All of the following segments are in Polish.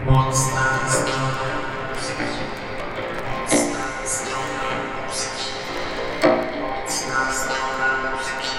Mocna strona muzyki. Mocna strona muzyki. Mocna strona muzyki.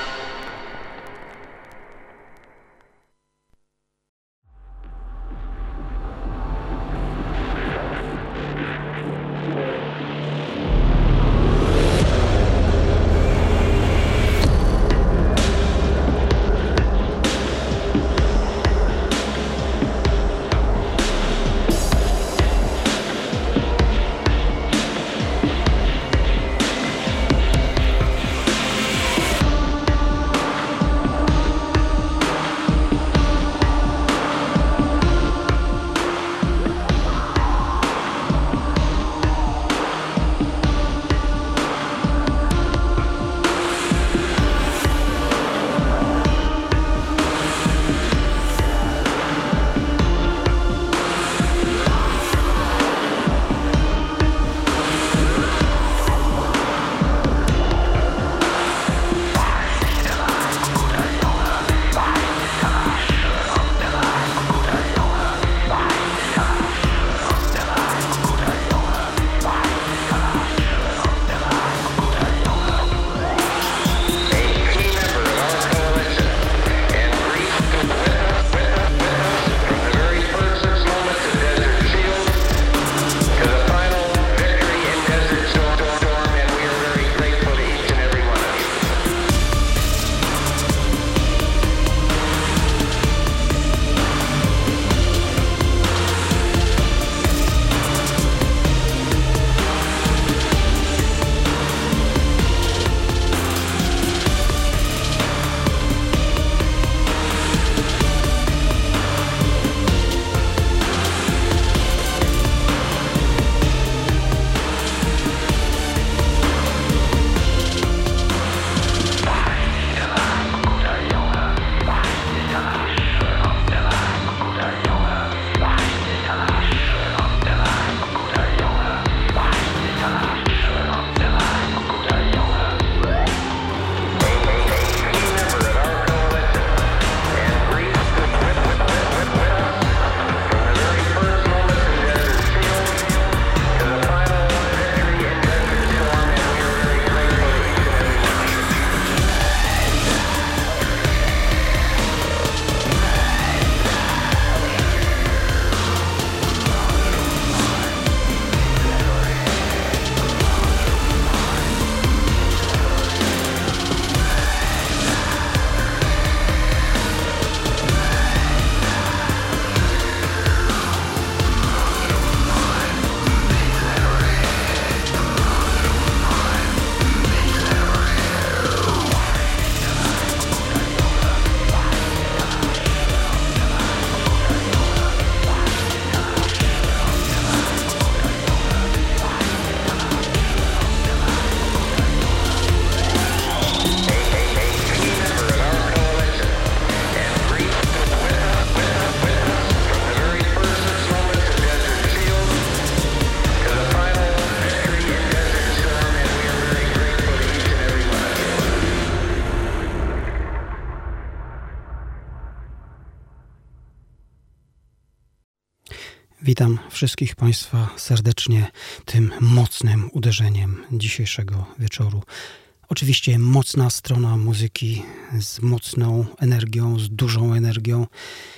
Witam wszystkich Państwa serdecznie tym mocnym uderzeniem dzisiejszego wieczoru. Oczywiście mocna strona muzyki z mocną energią, z dużą energią.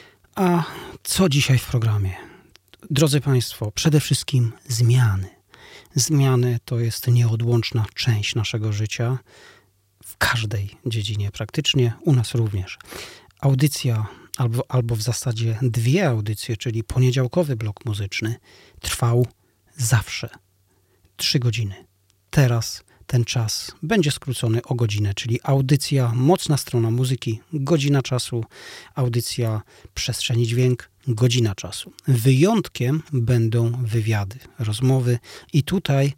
A co dzisiaj w programie? Drodzy Państwo, przede wszystkim zmiany. Zmiany to jest nieodłączna część naszego życia w każdej dziedzinie praktycznie, u nas również. Audycja albo w zasadzie dwie audycje, czyli poniedziałkowy blok muzyczny, trwał zawsze 3 godziny. Teraz ten czas będzie skrócony o godzinę, czyli audycja Mocna strona muzyki, godzina czasu, audycja Przestrzeń i dźwięk, godzina czasu. Wyjątkiem będą wywiady, rozmowy i tutaj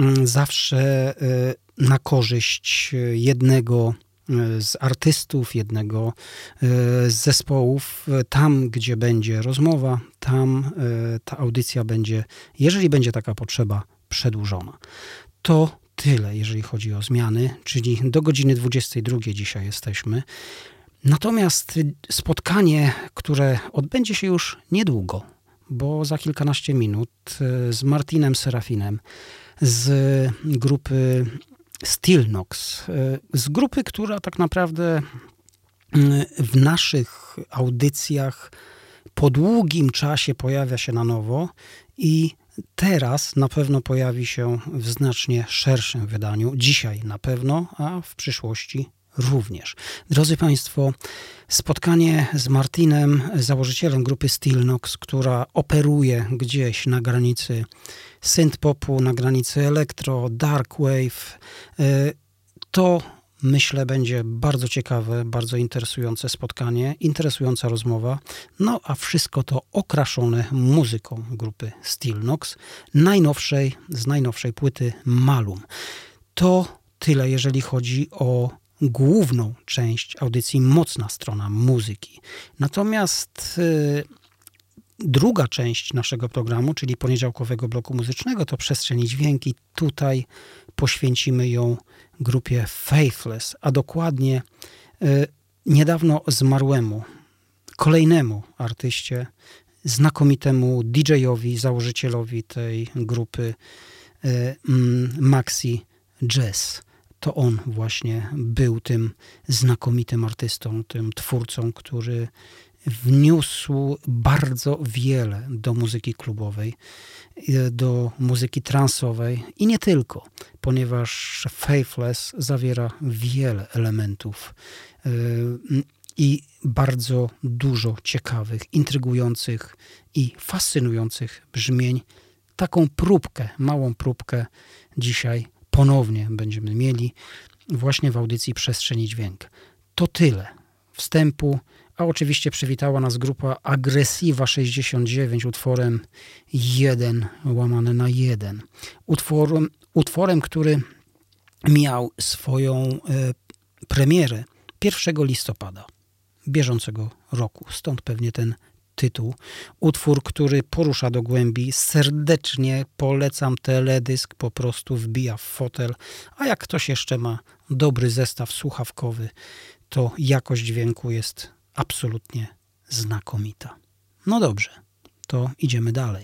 zawsze na korzyść jednego z artystów, jednego z zespołów. Tam, gdzie będzie rozmowa, tam ta audycja będzie, jeżeli będzie taka potrzeba, przedłużona. To tyle, jeżeli chodzi o zmiany, czyli do godziny 22 dzisiaj jesteśmy. Natomiast spotkanie, które odbędzie się już niedługo, bo za kilkanaście minut z Martinem Serafinem z grupy Stillnox, z grupy, która tak naprawdę w naszych audycjach po długim czasie pojawia się na nowo i teraz na pewno pojawi się w znacznie szerszym wydaniu. Dzisiaj na pewno, a w przyszłości również. Drodzy Państwo, spotkanie z Martinem, założycielem grupy Stillnox, która operuje gdzieś na granicy synth-popu, na granicy elektro, dark wave, to myślę będzie bardzo ciekawe, bardzo interesujące spotkanie, interesująca rozmowa, no a wszystko to okraszone muzyką grupy Stillnox, z najnowszej płyty Malum. To tyle, jeżeli chodzi o główną część audycji, mocna strona muzyki. Natomiast druga część naszego programu, czyli poniedziałkowego bloku muzycznego, to Przestrzeń i Dźwięki. Tutaj poświęcimy ją grupie Faithless, a dokładnie niedawno zmarłemu, kolejnemu artyście, znakomitemu DJ-owi, założycielowi tej grupy Maxi Jazz. To on właśnie był tym znakomitym artystą, tym twórcą, który wniósł bardzo wiele do muzyki klubowej, do muzyki transowej i nie tylko, ponieważ Faithless zawiera wiele elementów i bardzo dużo ciekawych, intrygujących i fascynujących brzmień. Taką próbkę, małą próbkę dzisiaj ponownie będziemy mieli właśnie w audycji Przestrzeń i Dźwięk. To tyle wstępu, a oczywiście przywitała nas grupa Aggressiva 69 utworem 1/1. Utworem, który miał swoją premierę 1 listopada bieżącego roku. Stąd pewnie ten tytuł. Utwór, który porusza do głębi. Serdecznie polecam teledysk, po prostu wbija w fotel. A jak ktoś jeszcze ma dobry zestaw słuchawkowy, to jakość dźwięku jest absolutnie znakomita. No dobrze, to idziemy dalej.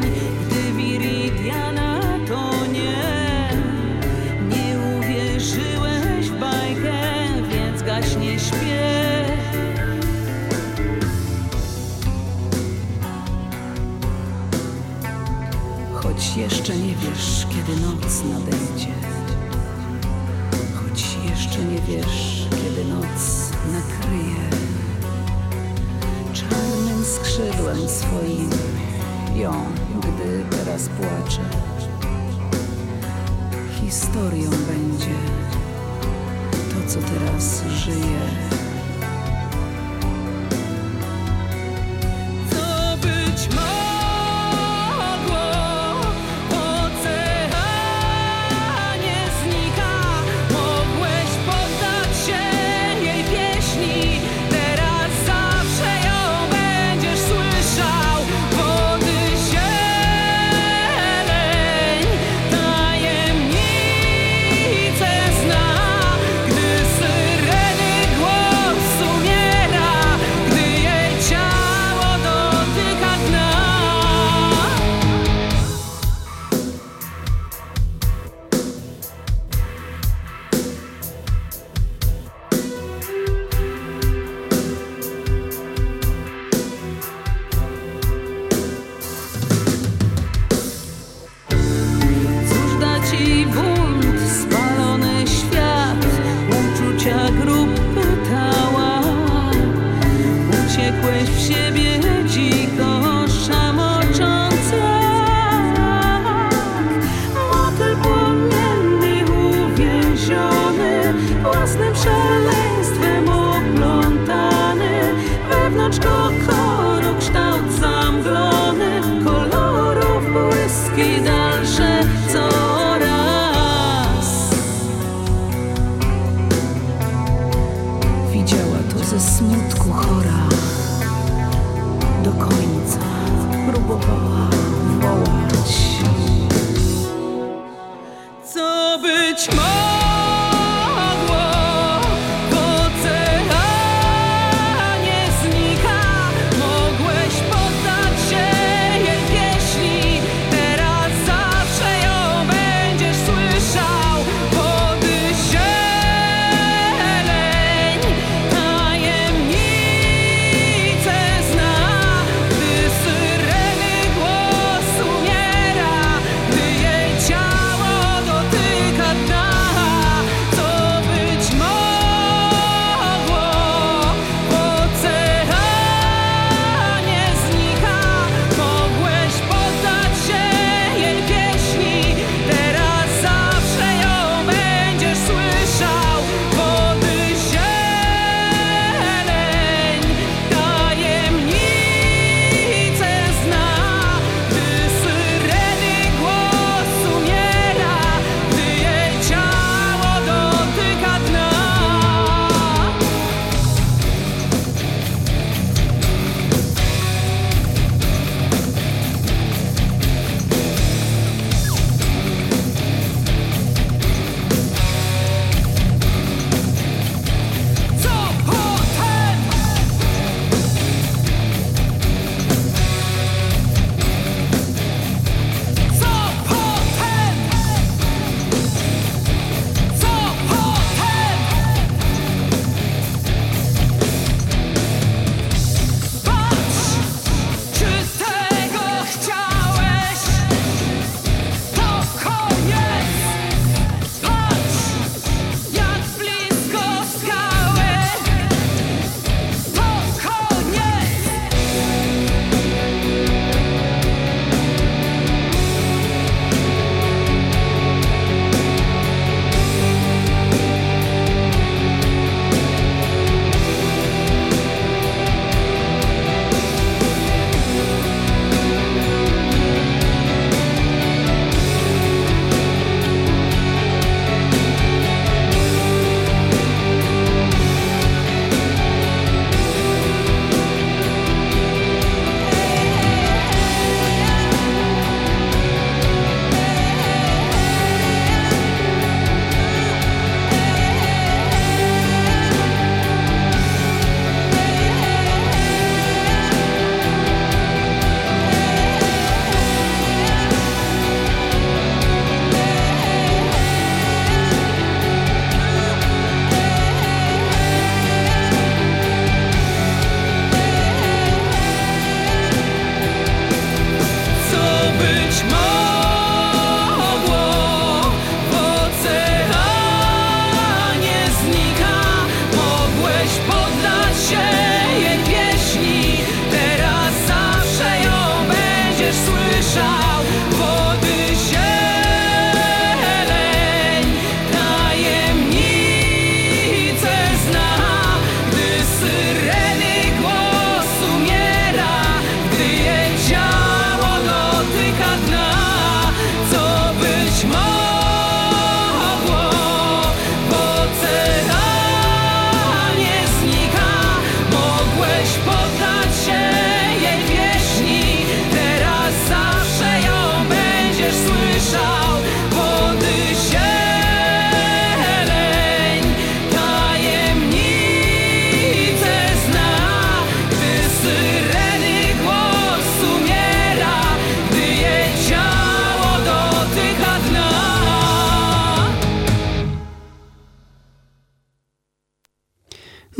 Nie uwierzy wiesz, kiedy noc nakryje czarnym skrzydłem swoim ją, gdy teraz płacze. Historią będzie to, co teraz żyje. Co być mogło w oceanie znika. Mogłeś poddać się jej pieśni. Teraz zawsze ją będziesz słyszał. Wody zieleń tajemnice zna. Gdy syreny głos umiera, gdy jej ciało dotyka dna. Cóż da ci bunt, spalony świat, uczucia grób pytała. Uciekłeś w siebie dziko, szamocząc jak motyl płomienny, uwięziony, własnym szaleństwem oplątany. Wewnątrz go kształt zamglony, kolorów błyski dalsze coraz. Widziała to ze smutku chora, do końca próbowała wołać. Co być mogło w oceanie znika. Mogłeś poddać się jej pieśni. Teraz zawsze ją będziesz słyszał. Wody zieleń tajemnice zna. Gdy syreny głos umiera, gdy jej ciało dotyka dna.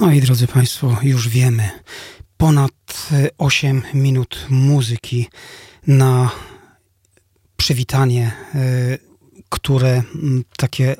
No i drodzy Państwo, już wiemy, ponad 8 minut muzyki na przywitanie, które takie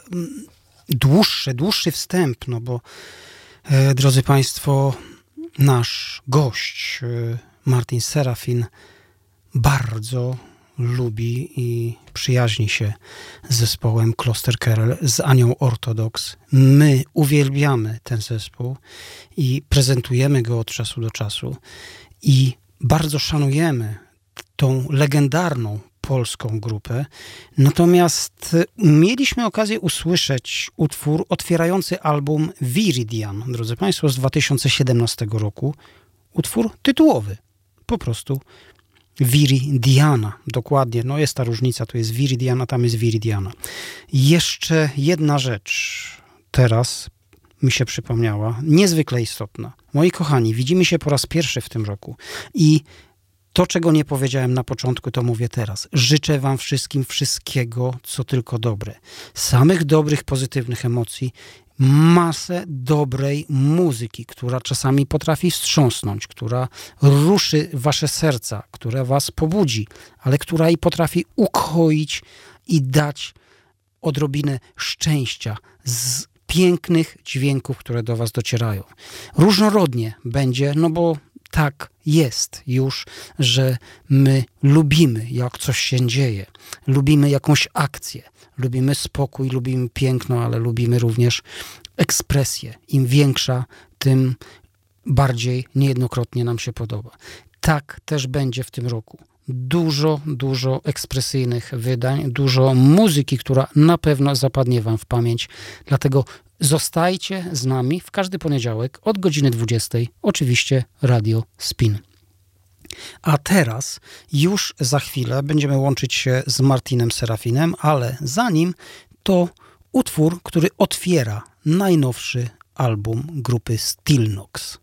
dłuższy wstęp, no bo drodzy Państwo, nasz gość Martin Serafin bardzo lubi i przyjaźni się z zespołem Kloster Kerel, z Anią Ortodoks. My uwielbiamy ten zespół i prezentujemy go od czasu do czasu i bardzo szanujemy tą legendarną polską grupę. Natomiast mieliśmy okazję usłyszeć utwór otwierający album Viridian, drodzy Państwo, z 2017 roku. Utwór tytułowy, po prostu Viridiana, dokładnie, no jest ta różnica, tu jest Viridiana, tam jest Viridiana. Jeszcze jedna rzecz teraz mi się przypomniała, niezwykle istotna. Moi kochani, widzimy się po raz pierwszy w tym roku i to, czego nie powiedziałem na początku, to mówię teraz. Życzę wam wszystkim wszystkiego, co tylko dobre. Samych dobrych, pozytywnych emocji, masę dobrej muzyki, która czasami potrafi wstrząsnąć, która ruszy wasze serca, która was pobudzi, ale która i potrafi ukoić i dać odrobinę szczęścia z pięknych dźwięków, które do was docierają. Różnorodnie będzie, no bo tak jest już, że my lubimy, jak coś się dzieje. Lubimy jakąś akcję. Lubimy spokój, lubimy piękno, ale lubimy również ekspresję. Im większa, tym bardziej niejednokrotnie nam się podoba. Tak też będzie w tym roku. Dużo ekspresyjnych wydań, dużo muzyki, która na pewno zapadnie wam w pamięć. Dlatego zostajcie z nami w każdy poniedziałek od godziny 20. Oczywiście Radio Spin. A teraz już za chwilę będziemy łączyć się z Martinem Serafinem, ale zanim to utwór, który otwiera najnowszy album grupy Stilnox.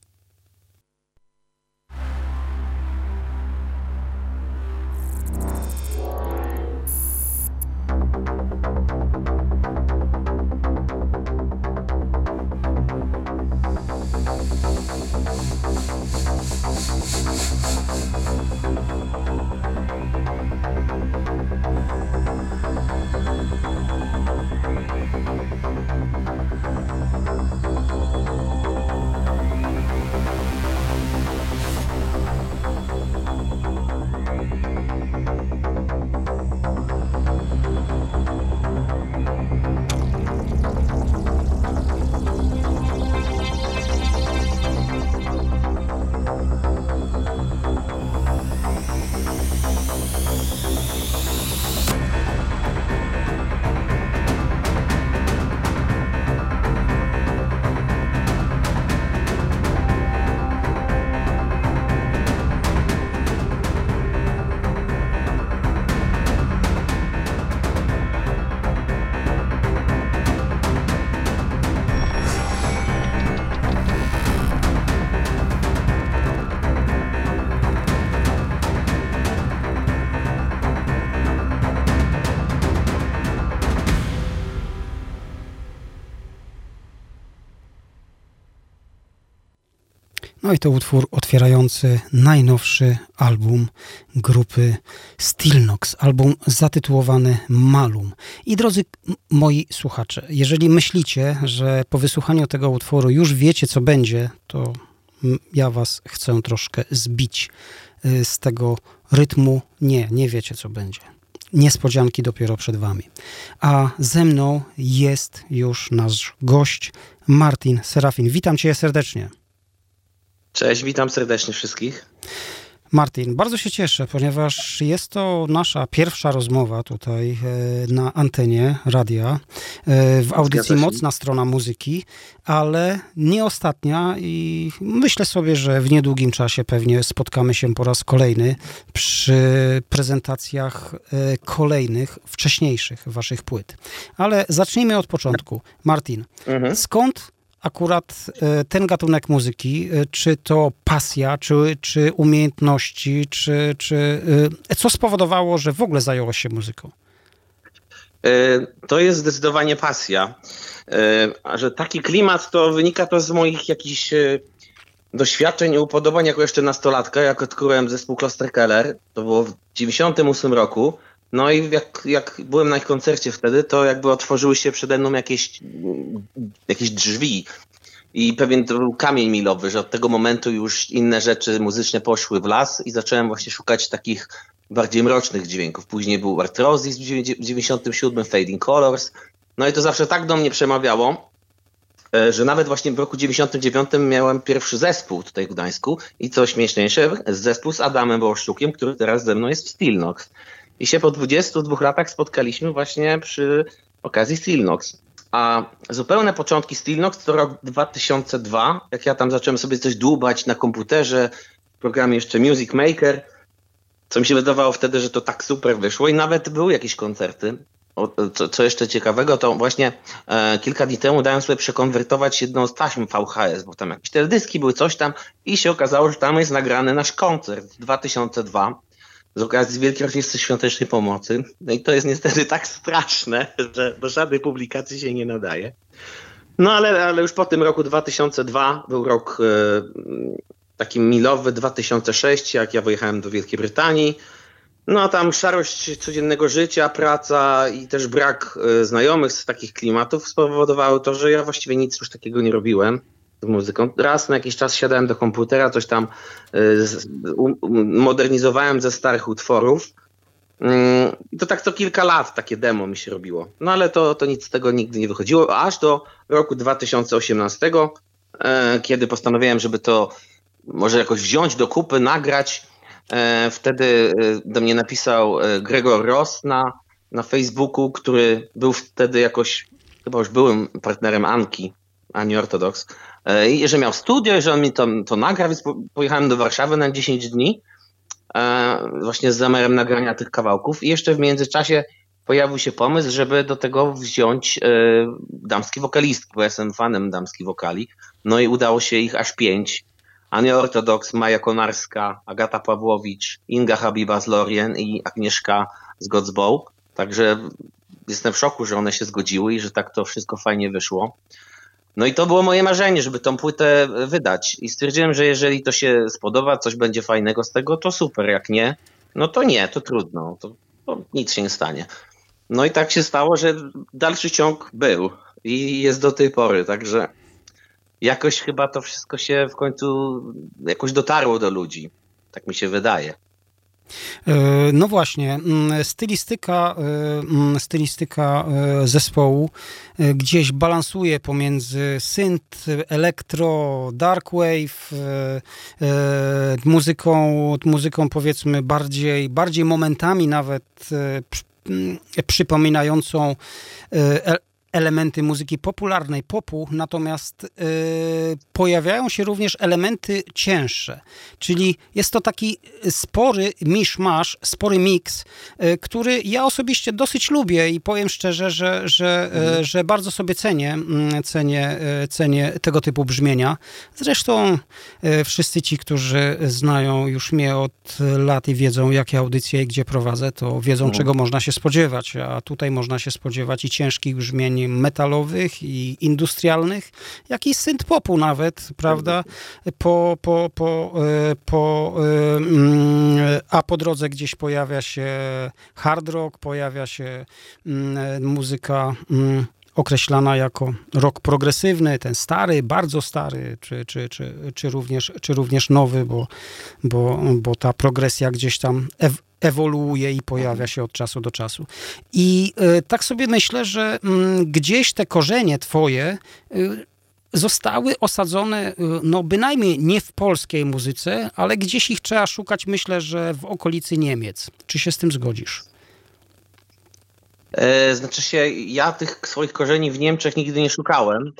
No i to utwór otwierający najnowszy album grupy Stilnox, album zatytułowany Malum. I drodzy moi słuchacze, jeżeli myślicie, że po wysłuchaniu tego utworu już wiecie, co będzie, to ja was chcę troszkę zbić z tego rytmu. Nie wiecie, co będzie. Niespodzianki dopiero przed wami. A ze mną jest już nasz gość Martin Serafin. Witam cię serdecznie. Cześć, witam serdecznie wszystkich. Martin, bardzo się cieszę, ponieważ jest to nasza pierwsza rozmowa tutaj na antenie radia w audycji Mocna Strona Muzyki, ale nie ostatnia i myślę sobie, że w niedługim czasie pewnie spotkamy się po raz kolejny przy prezentacjach kolejnych, wcześniejszych waszych płyt. Ale zacznijmy od początku. Martin, skąd akurat ten gatunek muzyki, czy to pasja, czy umiejętności, czy co spowodowało, że w ogóle zająłeś się muzyką? To jest zdecydowanie pasja. A że taki klimat to wynika to z moich jakichś doświadczeń i upodobań jako jeszcze nastolatka, jak odkryłem zespół Klosterkeller. To było w 98 roku. No i jak byłem na ich koncercie wtedy, to jakby otworzyły się przede mną jakieś drzwi i pewien to był kamień milowy, że od tego momentu już inne rzeczy muzyczne poszły w las i zacząłem właśnie szukać takich bardziej mrocznych dźwięków. Później był Arthrosis w 97, Fading Colors. No i to zawsze tak do mnie przemawiało, że nawet właśnie w roku 99 miałem pierwszy zespół tutaj w Gdańsku i co śmieszniejsze, zespół z Adamem Bołszczukiem, który teraz ze mną jest w Stillnox. I się po 22 latach spotkaliśmy właśnie przy okazji Stillnox. A zupełne początki Stillnox to rok 2002, jak ja tam zacząłem sobie coś dłubać na komputerze, w programie jeszcze Music Maker, co mi się wydawało wtedy, że to tak super wyszło i nawet były jakieś koncerty. Co jeszcze ciekawego, to właśnie kilka dni temu dałem sobie przekonwertować jedną z taśm VHS, bo tam jakieś teledyski były, coś tam i się okazało, że tam jest nagrany nasz koncert 2002 z okazji Wielkiej Orkiestry Świątecznej Pomocy. No i to jest niestety tak straszne, że do żadnej publikacji się nie nadaje. No ale już po tym roku 2002 był rok taki milowy, 2006, jak ja wyjechałem do Wielkiej Brytanii. No a tam szarość codziennego życia, praca i też brak znajomych z takich klimatów spowodowały to, że ja właściwie nic już takiego nie robiłem z muzyką. Raz na jakiś czas siadałem do komputera, coś tam modernizowałem ze starych utworów. I to tak co kilka lat takie demo mi się robiło. No ale to nic z tego nigdy nie wychodziło, aż do roku 2018, kiedy postanowiłem, żeby to może jakoś wziąć do kupy, nagrać. Wtedy do mnie napisał Gregor Ross na Facebooku, który był wtedy jakoś, chyba już byłym partnerem Ani Orthodox, i że miał studio i że on mi to nagra, więc pojechałem do Warszawy na 10 dni właśnie z zamiarem nagrania tych kawałków i jeszcze w międzyczasie pojawił się pomysł, żeby do tego wziąć damskie wokalistki, bo ja jestem fanem damskich wokali, no i udało się ich aż 5. Ania Orthodox, Maja Konarska, Agata Pawłowicz, Inga Habiba z Lorien i Agnieszka z Godzbow. Także jestem w szoku, że one się zgodziły i że tak to wszystko fajnie wyszło. No i to było moje marzenie, żeby tą płytę wydać. I stwierdziłem, że jeżeli to się spodoba, coś będzie fajnego z tego, to super. Jak nie, no to nie, to trudno. To nic się nie stanie. No i tak się stało, że dalszy ciąg był i jest do tej pory, także jakoś chyba to wszystko się w końcu jakoś dotarło do ludzi. Tak mi się wydaje. No właśnie, stylistyka zespołu gdzieś balansuje pomiędzy synth, elektro, darkwave, muzyką powiedzmy bardziej momentami nawet przypominającą elementy muzyki popularnej, popu, natomiast pojawiają się również elementy cięższe, czyli jest to taki spory miszmasz, spory miks, który ja osobiście dosyć lubię i powiem szczerze, że bardzo sobie cenię tego typu brzmienia. Zresztą wszyscy ci, którzy znają już mnie od lat i wiedzą, jakie audycje i gdzie prowadzę, to wiedzą, czego można się spodziewać, a tutaj można się spodziewać i ciężkich brzmień metalowych i industrialnych, jak i synth-popu nawet, prawda? A po drodze gdzieś pojawia się hard rock, pojawia się muzyka określana jako rock progresywny, ten stary, bardzo stary, czy również nowy, bo ta progresja gdzieś tam ewoluuje i pojawia się od czasu do czasu. I tak sobie myślę, że gdzieś te korzenie twoje zostały osadzone, no bynajmniej nie w polskiej muzyce, ale gdzieś ich trzeba szukać, myślę, że w okolicy Niemiec. Czy się z tym zgodzisz? Znaczy się, ja tych swoich korzeni w Niemczech nigdy nie szukałem.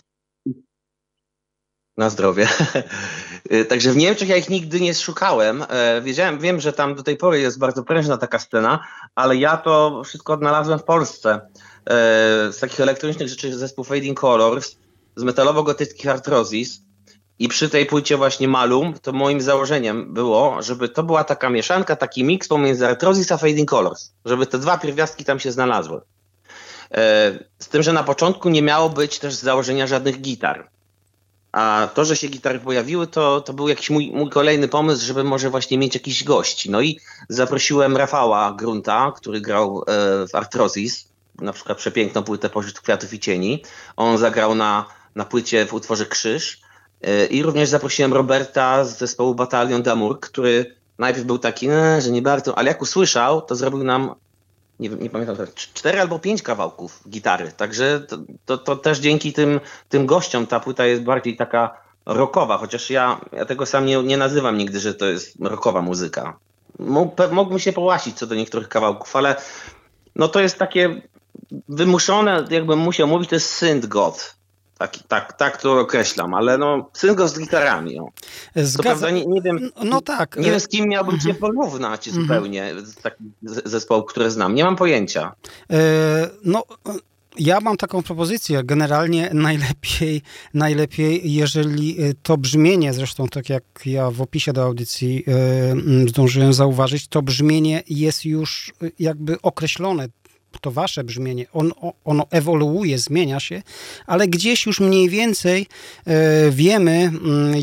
Na zdrowie. Także w Niemczech ja ich nigdy nie szukałem. Wiem, że tam do tej pory jest bardzo prężna taka scena, ale ja to wszystko odnalazłem w Polsce. Z takich elektronicznych rzeczy zespół Fading Colors, z metalowo-gotyckich Arthrosis i przy tej płycie właśnie Malum, to moim założeniem było, żeby to była taka mieszanka, taki miks pomiędzy Arthrosis a Fading Colors, żeby te dwa pierwiastki tam się znalazły. Z tym, że na początku nie miało być też z założenia żadnych gitar. A to, że się gitary pojawiły, to był jakiś mój kolejny pomysł, żeby może właśnie mieć jakiś gości. No i zaprosiłem Rafała Grunta, który grał w Arthrosis, na przykład przepiękną płytę Pożyt Kwiatów i Cieni. On zagrał na płycie w utworze Krzyż. I również zaprosiłem Roberta z zespołu Batalion d'Amour, który najpierw był taki, że nie bardzo, ale jak usłyszał, to zrobił nam, nie pamiętam, 4 albo 5 kawałków gitary. Także to też dzięki tym gościom ta płyta jest bardziej taka rockowa, chociaż ja tego sam nie nazywam nigdy, że to jest rockowa muzyka. Mógłbym się połasić co do niektórych kawałków, ale no to jest takie wymuszone, jakbym musiał mówić, to jest synth-goth. Tak to określam, ale no synth-goth z gitarami. No. To prawda, nie wiem, no tak. Nie wiem, z kim miałbym się porównać zupełnie z takich zespołów, które znam. Nie mam pojęcia. No, ja mam taką propozycję. Generalnie najlepiej, jeżeli to brzmienie, zresztą tak jak ja w opisie do audycji zdążyłem zauważyć, to brzmienie jest już jakby określone. To wasze brzmienie, ono ewoluuje, zmienia się, ale gdzieś już mniej więcej wiemy,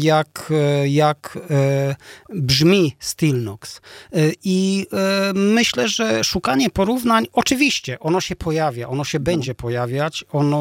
jak brzmi Stilnox. I myślę, że szukanie porównań, oczywiście, ono się pojawia, ono się będzie pojawiać, ono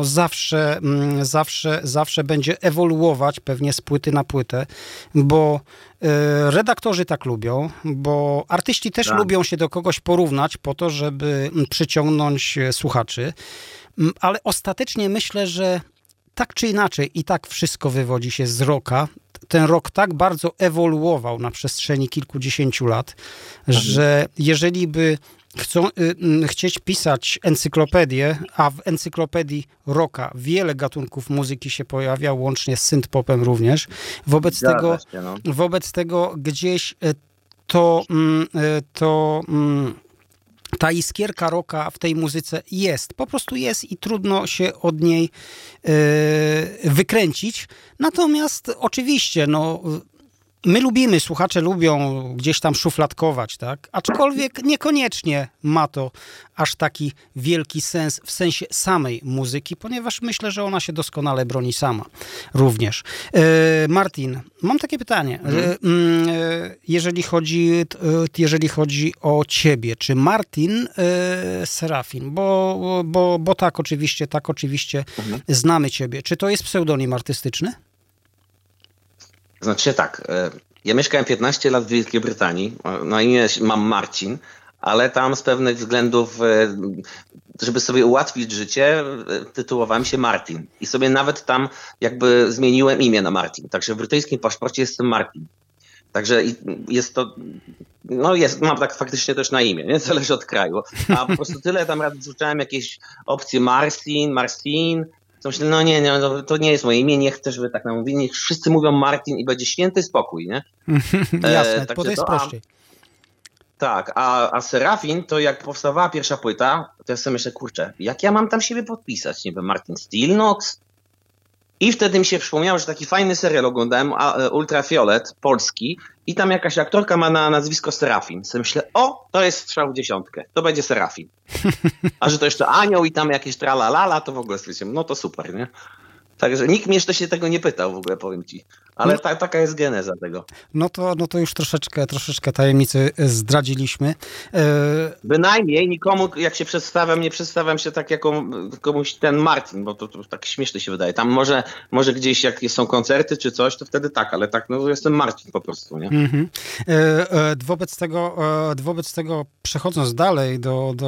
zawsze będzie ewoluować pewnie z płyty na płytę, bo redaktorzy tak lubią, bo artyści też lubią się do kogoś porównać po to, żeby przyciągnąć słuchaczy, ale ostatecznie myślę, że tak czy inaczej i tak wszystko wywodzi się z rocka. Ten rock tak bardzo ewoluował na przestrzeni kilkudziesięciu lat, że jeżeli by chcieć pisać encyklopedię, a w encyklopedii rocka wiele gatunków muzyki się pojawia, łącznie z synth-popem również. Wobec tego gdzieś ta iskierka rocka w tej muzyce jest. Po prostu jest i trudno się od niej wykręcić. Natomiast oczywiście, my lubimy, słuchacze lubią gdzieś tam szufladkować, tak? Aczkolwiek niekoniecznie ma to aż taki wielki sens w sensie samej muzyki, ponieważ myślę, że ona się doskonale broni sama również. Martin, mam takie pytanie. Jeżeli chodzi o ciebie, czy Martin Serafin, bo tak oczywiście znamy ciebie. Czy to jest pseudonim artystyczny? Znaczy tak, ja mieszkałem 15 lat w Wielkiej Brytanii, na imię mam Marcin, ale tam z pewnych względów, żeby sobie ułatwić życie, tytułowałem się Martin. I sobie nawet tam jakby zmieniłem imię na Martin. Także w brytyjskim paszporcie jestem Martin. Także jest to, mam tak faktycznie też na imię, nie? Zależy od kraju. A po prostu tyle tam razy słyszałem jakieś opcje Marcin, to myślę, to nie jest moje imię, nie chcę, żeby tak nam mówili, niech wszyscy mówią Martin i będzie święty spokój, nie? Jasne, bo to jest prościej. Tak, a Serafin, to jak powstawała pierwsza płyta, to ja sobie myślę, kurczę, jak ja mam tam siebie podpisać? Nie wiem, Martin Stilnox? I wtedy mi się przypomniało, że taki fajny serial oglądałem, Ultrafiolet, polski, i tam jakaś aktorka ma na nazwisko Serafin. Sobie myślę, to jest strzał w dziesiątkę, to będzie Serafin. A że to jeszcze anioł i tam jakieś tralalala, to w ogóle stwierdziłem, no to super, nie? Także nikt mnie jeszcze się tego nie pytał w ogóle, powiem ci. Ale taka jest geneza tego. No to już troszeczkę tajemnicy zdradziliśmy. Bynajmniej nikomu, jak się przedstawiam, nie przedstawiam się tak jak komuś ten Martin, bo to tak śmieszne się wydaje. Tam może gdzieś jak są koncerty czy coś, to wtedy tak, ale tak, jestem Martin po prostu, nie? Wobec tego przechodząc dalej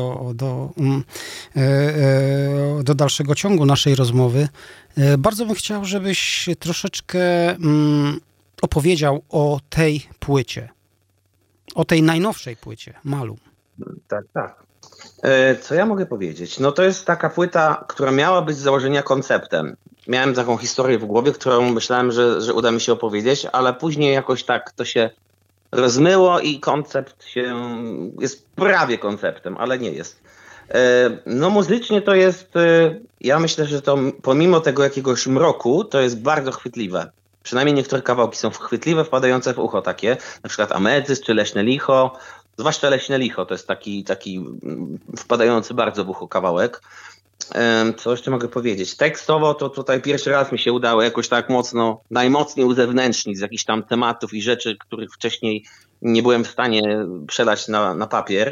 do dalszego ciągu naszej rozmowy, bardzo bym chciał, żebyś troszeczkę opowiedział o tej płycie, o tej najnowszej płycie, Malum. Tak. Co ja mogę powiedzieć? To jest taka płyta, która miała być z założenia konceptem. Miałem taką historię w głowie, którą myślałem, że uda mi się opowiedzieć, ale później jakoś tak to się rozmyło i koncept jest prawie konceptem, ale nie jest. Muzycznie to jest, ja myślę, że to pomimo tego jakiegoś mroku, to jest bardzo chwytliwe. Przynajmniej niektóre kawałki są chwytliwe, wpadające w ucho takie, na przykład Ametyst czy Leśne Licho, zwłaszcza Leśne Licho to jest taki wpadający bardzo w ucho kawałek. Co jeszcze mogę powiedzieć? Tekstowo to tutaj pierwszy raz mi się udało jakoś tak mocno, najmocniej uzewnętrznić z jakichś tam tematów i rzeczy, których wcześniej nie byłem w stanie przelać na papier.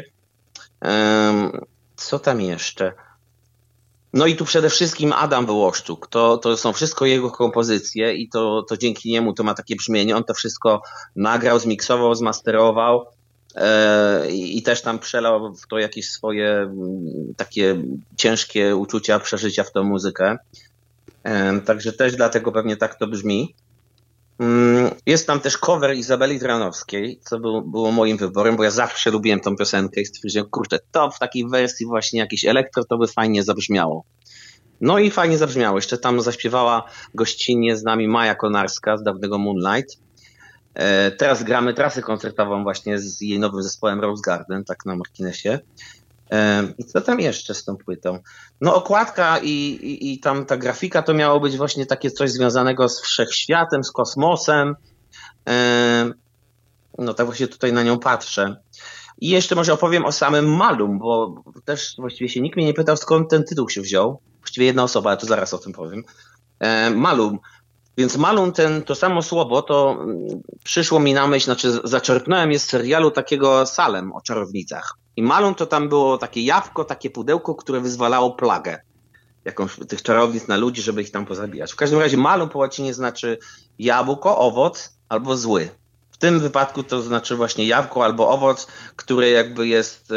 Co tam jeszcze? No i tu przede wszystkim Adam Wołoszczuk. To są wszystko jego kompozycje i to dzięki niemu to ma takie brzmienie. On to wszystko nagrał, zmiksował, zmasterował i też tam przelał w to jakieś swoje takie ciężkie uczucia, przeżycia w tą muzykę. Także też dlatego pewnie tak to brzmi. Jest tam też cover Izabeli Dranowskiej, co było moim wyborem, bo ja zawsze lubiłem tą piosenkę i stwierdziłem, kurczę, to w takiej wersji właśnie jakiejś elektro to by fajnie zabrzmiało. No i fajnie zabrzmiało. Jeszcze tam zaśpiewała gościnnie z nami Maja Konarska z dawnego Moonlight. Teraz gramy trasę koncertową właśnie z jej nowym zespołem Rose Garden, tak na marginesie. I co tam jeszcze z tą płytą? No okładka i tam ta grafika to miało być właśnie takie coś związanego z wszechświatem, z kosmosem. No tak właśnie tutaj na nią patrzę. I jeszcze może opowiem o samym Malum, bo też właściwie się nikt mnie nie pytał, skąd ten tytuł się wziął. Właściwie jedna osoba, ale to zaraz o tym powiem. Malum. Więc Malum, to samo słowo, to przyszło mi na myśl, znaczy zaczerpnąłem je z serialu takiego Salem o czarownicach. I Malum to tam było takie jabłko, takie pudełko, które wyzwalało plagę jakąś tych czarownic na ludzi, żeby ich tam pozabijać. W każdym razie Malum po łacinie znaczy jabłko, owoc albo zły. W tym wypadku to znaczy właśnie jabłko albo owoc, które jakby jest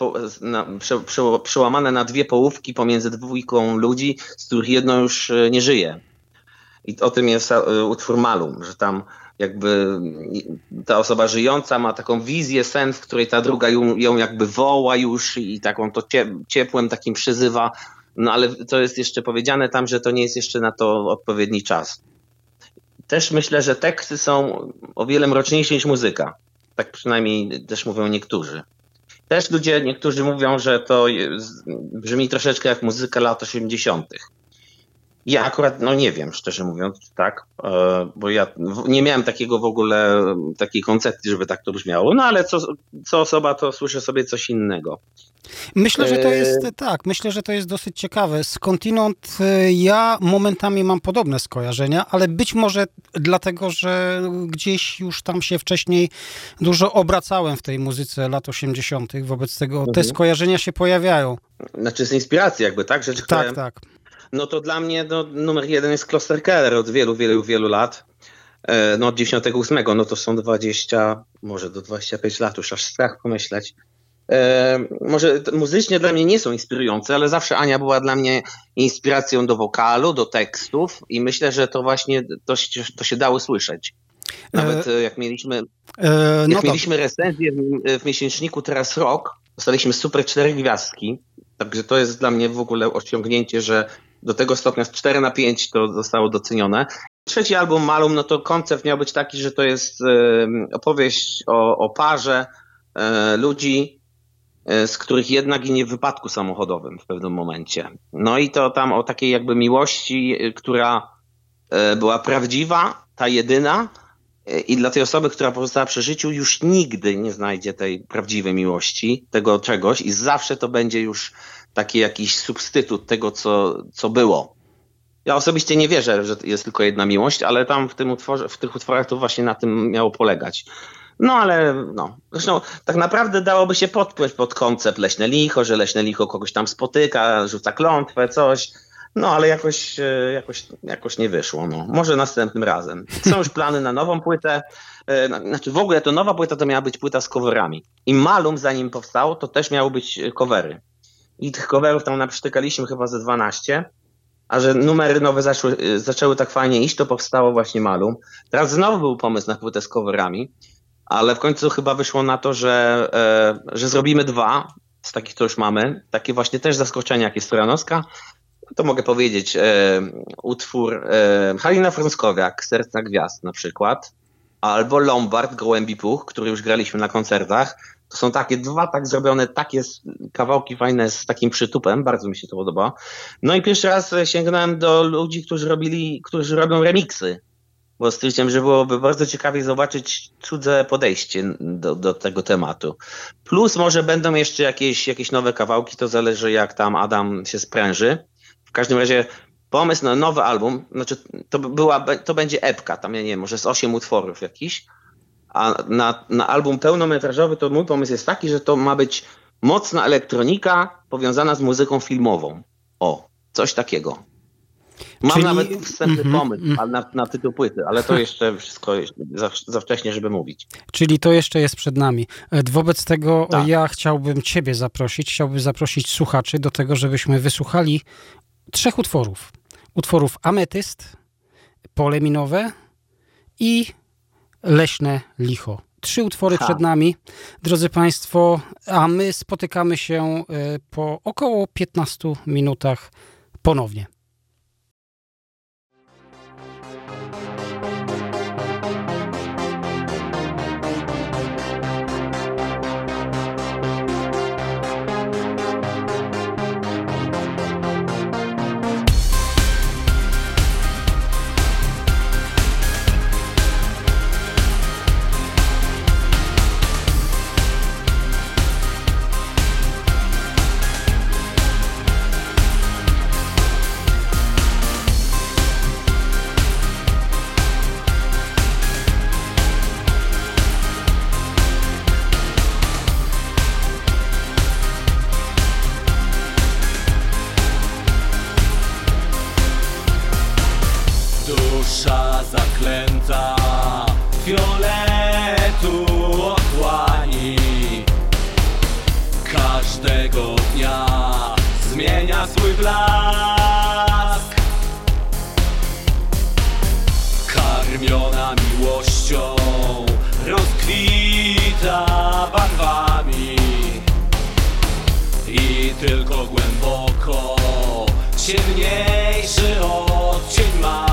przełamane na dwie połówki pomiędzy dwójką ludzi, z których jedno już nie żyje. I o tym jest utwór Malum, że tam jakby ta osoba żyjąca ma taką wizję, sen, w której ta druga ją jakby woła już i taką to ciepłem takim przyzywa. No ale to jest jeszcze powiedziane tam, że to nie jest jeszcze na to odpowiedni czas. Też myślę, że teksty są o wiele mroczniejsze niż muzyka. Tak przynajmniej też mówią niektórzy. Też niektórzy mówią, że to brzmi troszeczkę jak muzyka lat 80. Ja akurat, no nie wiem, szczerze mówiąc, tak, bo ja nie miałem takiego w ogóle, takiej koncepcji, żeby tak to brzmiało, no ale co osoba, to słyszę sobie coś innego. Myślę, że to jest myślę, że to jest dosyć ciekawe. Skądinąd ja momentami mam podobne skojarzenia, ale być może dlatego, że gdzieś już tam się wcześniej dużo obracałem w tej muzyce lat 80., wobec tego te skojarzenia się pojawiają. Znaczy z inspiracji jakby, tak? Rzeczy, które... Tak. No to dla mnie numer jeden jest Kloster Keller od wielu lat. No od 98, no to są 20, może do 25 lat, już aż strach pomyśleć. Może muzycznie dla mnie nie są inspirujące, ale zawsze Ania była dla mnie inspiracją do wokalu, do tekstów i myślę, że to właśnie to się dało słyszeć. Nawet jak mieliśmy recenzję w miesięczniku Teraz Rock, dostaliśmy super 4 gwiazdki, także to jest dla mnie w ogóle osiągnięcie, że do tego stopnia z 4/5 to zostało docenione. Trzeci album Malum, no to koncept miał być taki, że to jest opowieść o parze ludzi, z których jedna ginie w wypadku samochodowym w pewnym momencie. No i to tam o takiej jakby miłości, która była prawdziwa, ta jedyna, i dla tej osoby, która pozostała przy życiu, już nigdy nie znajdzie tej prawdziwej miłości, tego czegoś i zawsze to będzie już taki jakiś substytut tego, co było. Ja osobiście nie wierzę, że jest tylko jedna miłość, ale tam w tych utworach to właśnie na tym miało polegać. No ale no, zresztą tak naprawdę dałoby się podpłyć pod koncept Leśne Licho, że Leśne Licho kogoś tam spotyka, rzuca klątwę, coś. No ale jakoś nie wyszło. No. Może następnym razem. Są już plany na nową płytę. Znaczy w ogóle to nowa płyta to miała być płyta z coverami. I Malum zanim powstało, to też miały być covery. I tych coverów tam naprztykaliśmy chyba ze 12. A że numery nowe zaczęły tak fajnie iść, to powstało właśnie Malum. Teraz znowu był pomysł na płytę z coverami, ale w końcu chyba wyszło na to, że zrobimy 2 z takich, to już mamy. Takie właśnie też zaskoczenia, jak jest Trojanowska. To mogę powiedzieć, utwór Halina Frąckowiak, Serca Gwiazd na przykład, albo Lombard, Gołębi Puch, który już graliśmy na koncertach. To są takie 2 tak zrobione, takie kawałki fajne z takim przytupem, bardzo mi się to podoba. No i pierwszy raz sięgnąłem do ludzi, którzy robią remiksy. bo stwierdziłem, że byłoby bardzo ciekawie zobaczyć cudze podejście do tego tematu. Plus może będą jeszcze jakieś nowe kawałki, to zależy jak tam Adam się spręży. W każdym razie pomysł na nowy album, znaczy to będzie epka, tam ja nie wiem, może z 8 utworów jakiś, a na album pełnometrażowy to mój pomysł jest taki, że to ma być mocna elektronika powiązana z muzyką filmową. O, coś takiego. Mam nawet wstępny pomysł na tytuł płyty, ale to jeszcze wszystko za wcześnie, żeby mówić. Czyli to jeszcze jest przed nami. Wobec tego Tak. ja chciałbym ciebie zaprosić słuchaczy do tego, żebyśmy wysłuchali 3 utworów. Utworów Ametyst, Pole minowe i Leśne licho. 3 utwory przed nami, drodzy Państwo, a my spotykamy się po około 15 minutach ponownie. Dusza zaklęta fioletu otchłani każdego dnia zmienia swój blask. Karmiona miłością rozkwita barwami i tylko głęboko ciemniejszy odcień ma.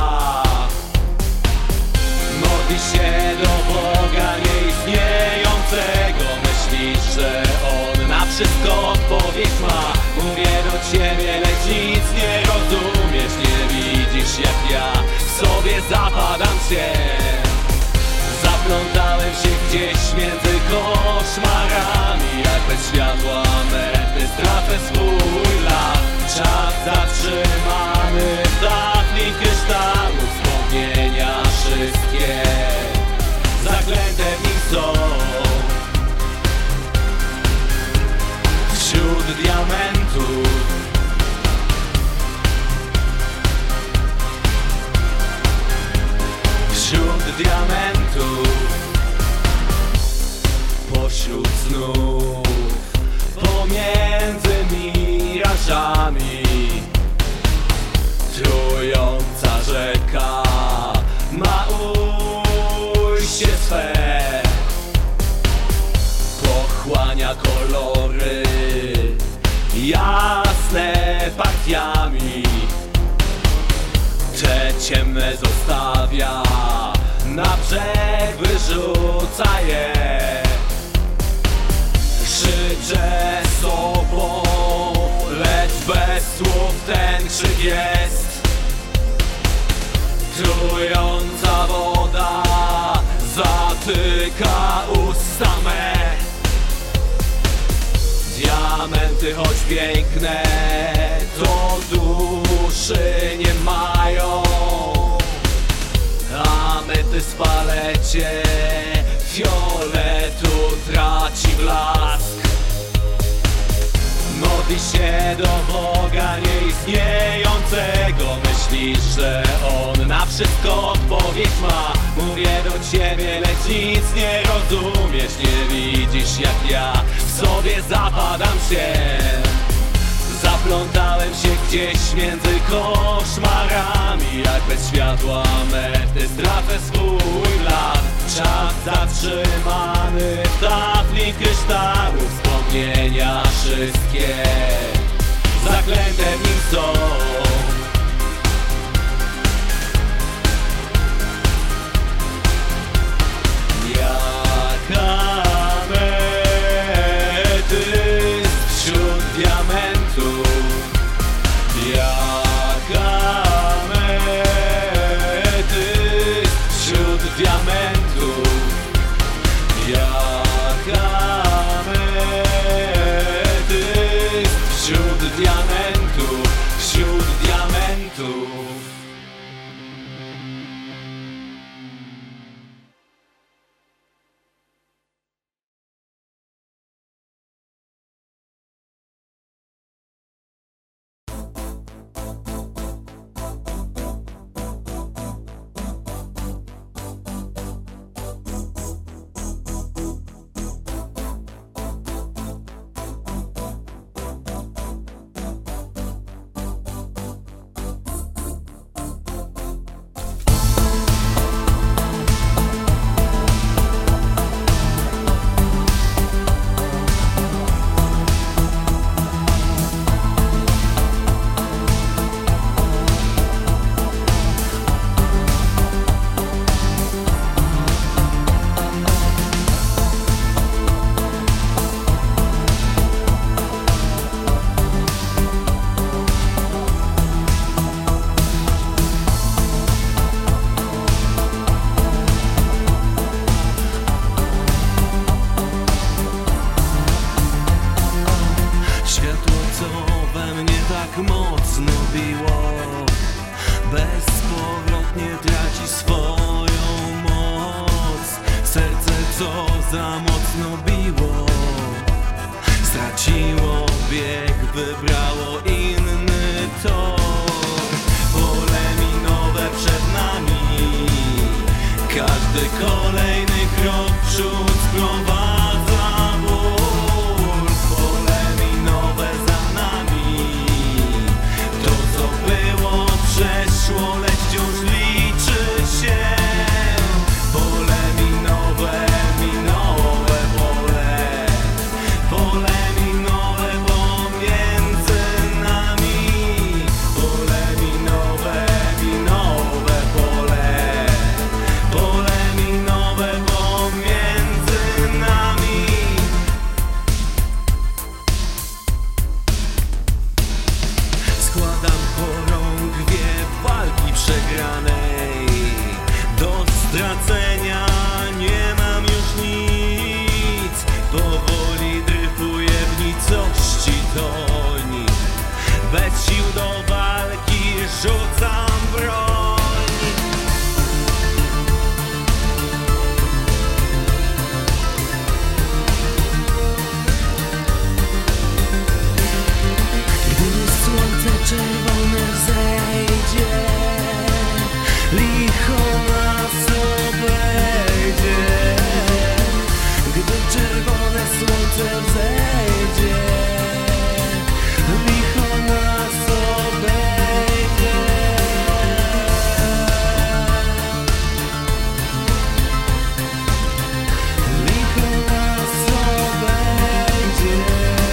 Modli się do Boga nieistniejącego, myślisz, że On na wszystko odpowiedź ma. Mówię do Ciebie, lecz nic nie rozumiesz, nie widzisz jak ja w sobie zapadam się. Zaplątałem się gdzieś między koszmarami, jak bez światła mety stracę swój las. Czas zatrzymany w tafli kryształu, wspomnienia wszystkie zaklęte w nim są. Wśród diamentów pośród snów, pomiędzy mirażami, trująca rzeka ma ujście swe, pochłania kolory jasne partiami, te ciemne zostawia, na brzeg wyrzuca je. Krzyczę sobą, lecz bez słów ten krzyk jest. Trująca woda zatyka usta me. Diamenty choć piękne, to duszy nie mają. Ametyst palecie fioletu traci blask. Modli się do Boga nieistniejącego, myślisz, że On na wszystko odpowiedź ma. Mówię do Ciebie, lecz nic nie rozumiesz, nie widzisz jak ja w sobie zapadam się. Zaplątałem się gdzieś między koszmarami, jak bez światła mety stracę swój las. Czas zatrzymany w tafli kryształu, wspomnienia wszystkie zaklęte w nim są. Jak ametyst wśród diamentów, jak ametyst za mocno biło, straciło bieg, wybrało inny tor. Pole minowe przed nami, każdy kolejny krok w przód sprowadza ból. Pole minowe za nami, to co było przeszło, lecz wciąż liczy się. Pole minowe, minowe pole, pole minowe pomiędzy nami. Pole minowe, minowe pole, pole minowe pomiędzy nami. Składam chorągwie walki przegranej, do stracenia nie mam już nic. Powoli dryfuję w nicości toń, bez sił do walki rzucam broń. Gdy słońce czerwone wzejdzie, licho nas obejdzie. Gdy czerwone słońce wzejdzie, licho nas obejdzie. Licho nas obejdzie.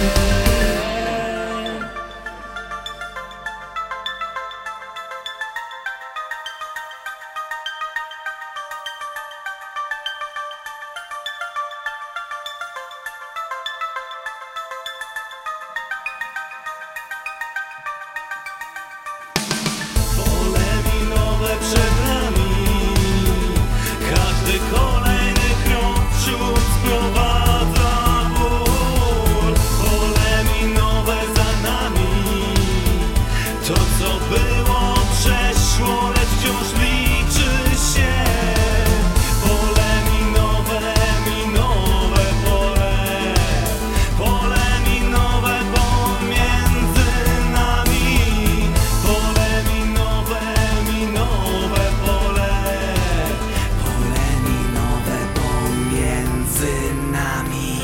Pole minowe przed nami, każdy kolejny krok w przód sprowadza ból. Pole minowe za nami, to co było przeszło, lecz wciąż liczy się. Pole minowe, minowe pole, pole minowe pomiędzy nami. Pole minowe, minowe pole, pole minowe pomiędzy nami.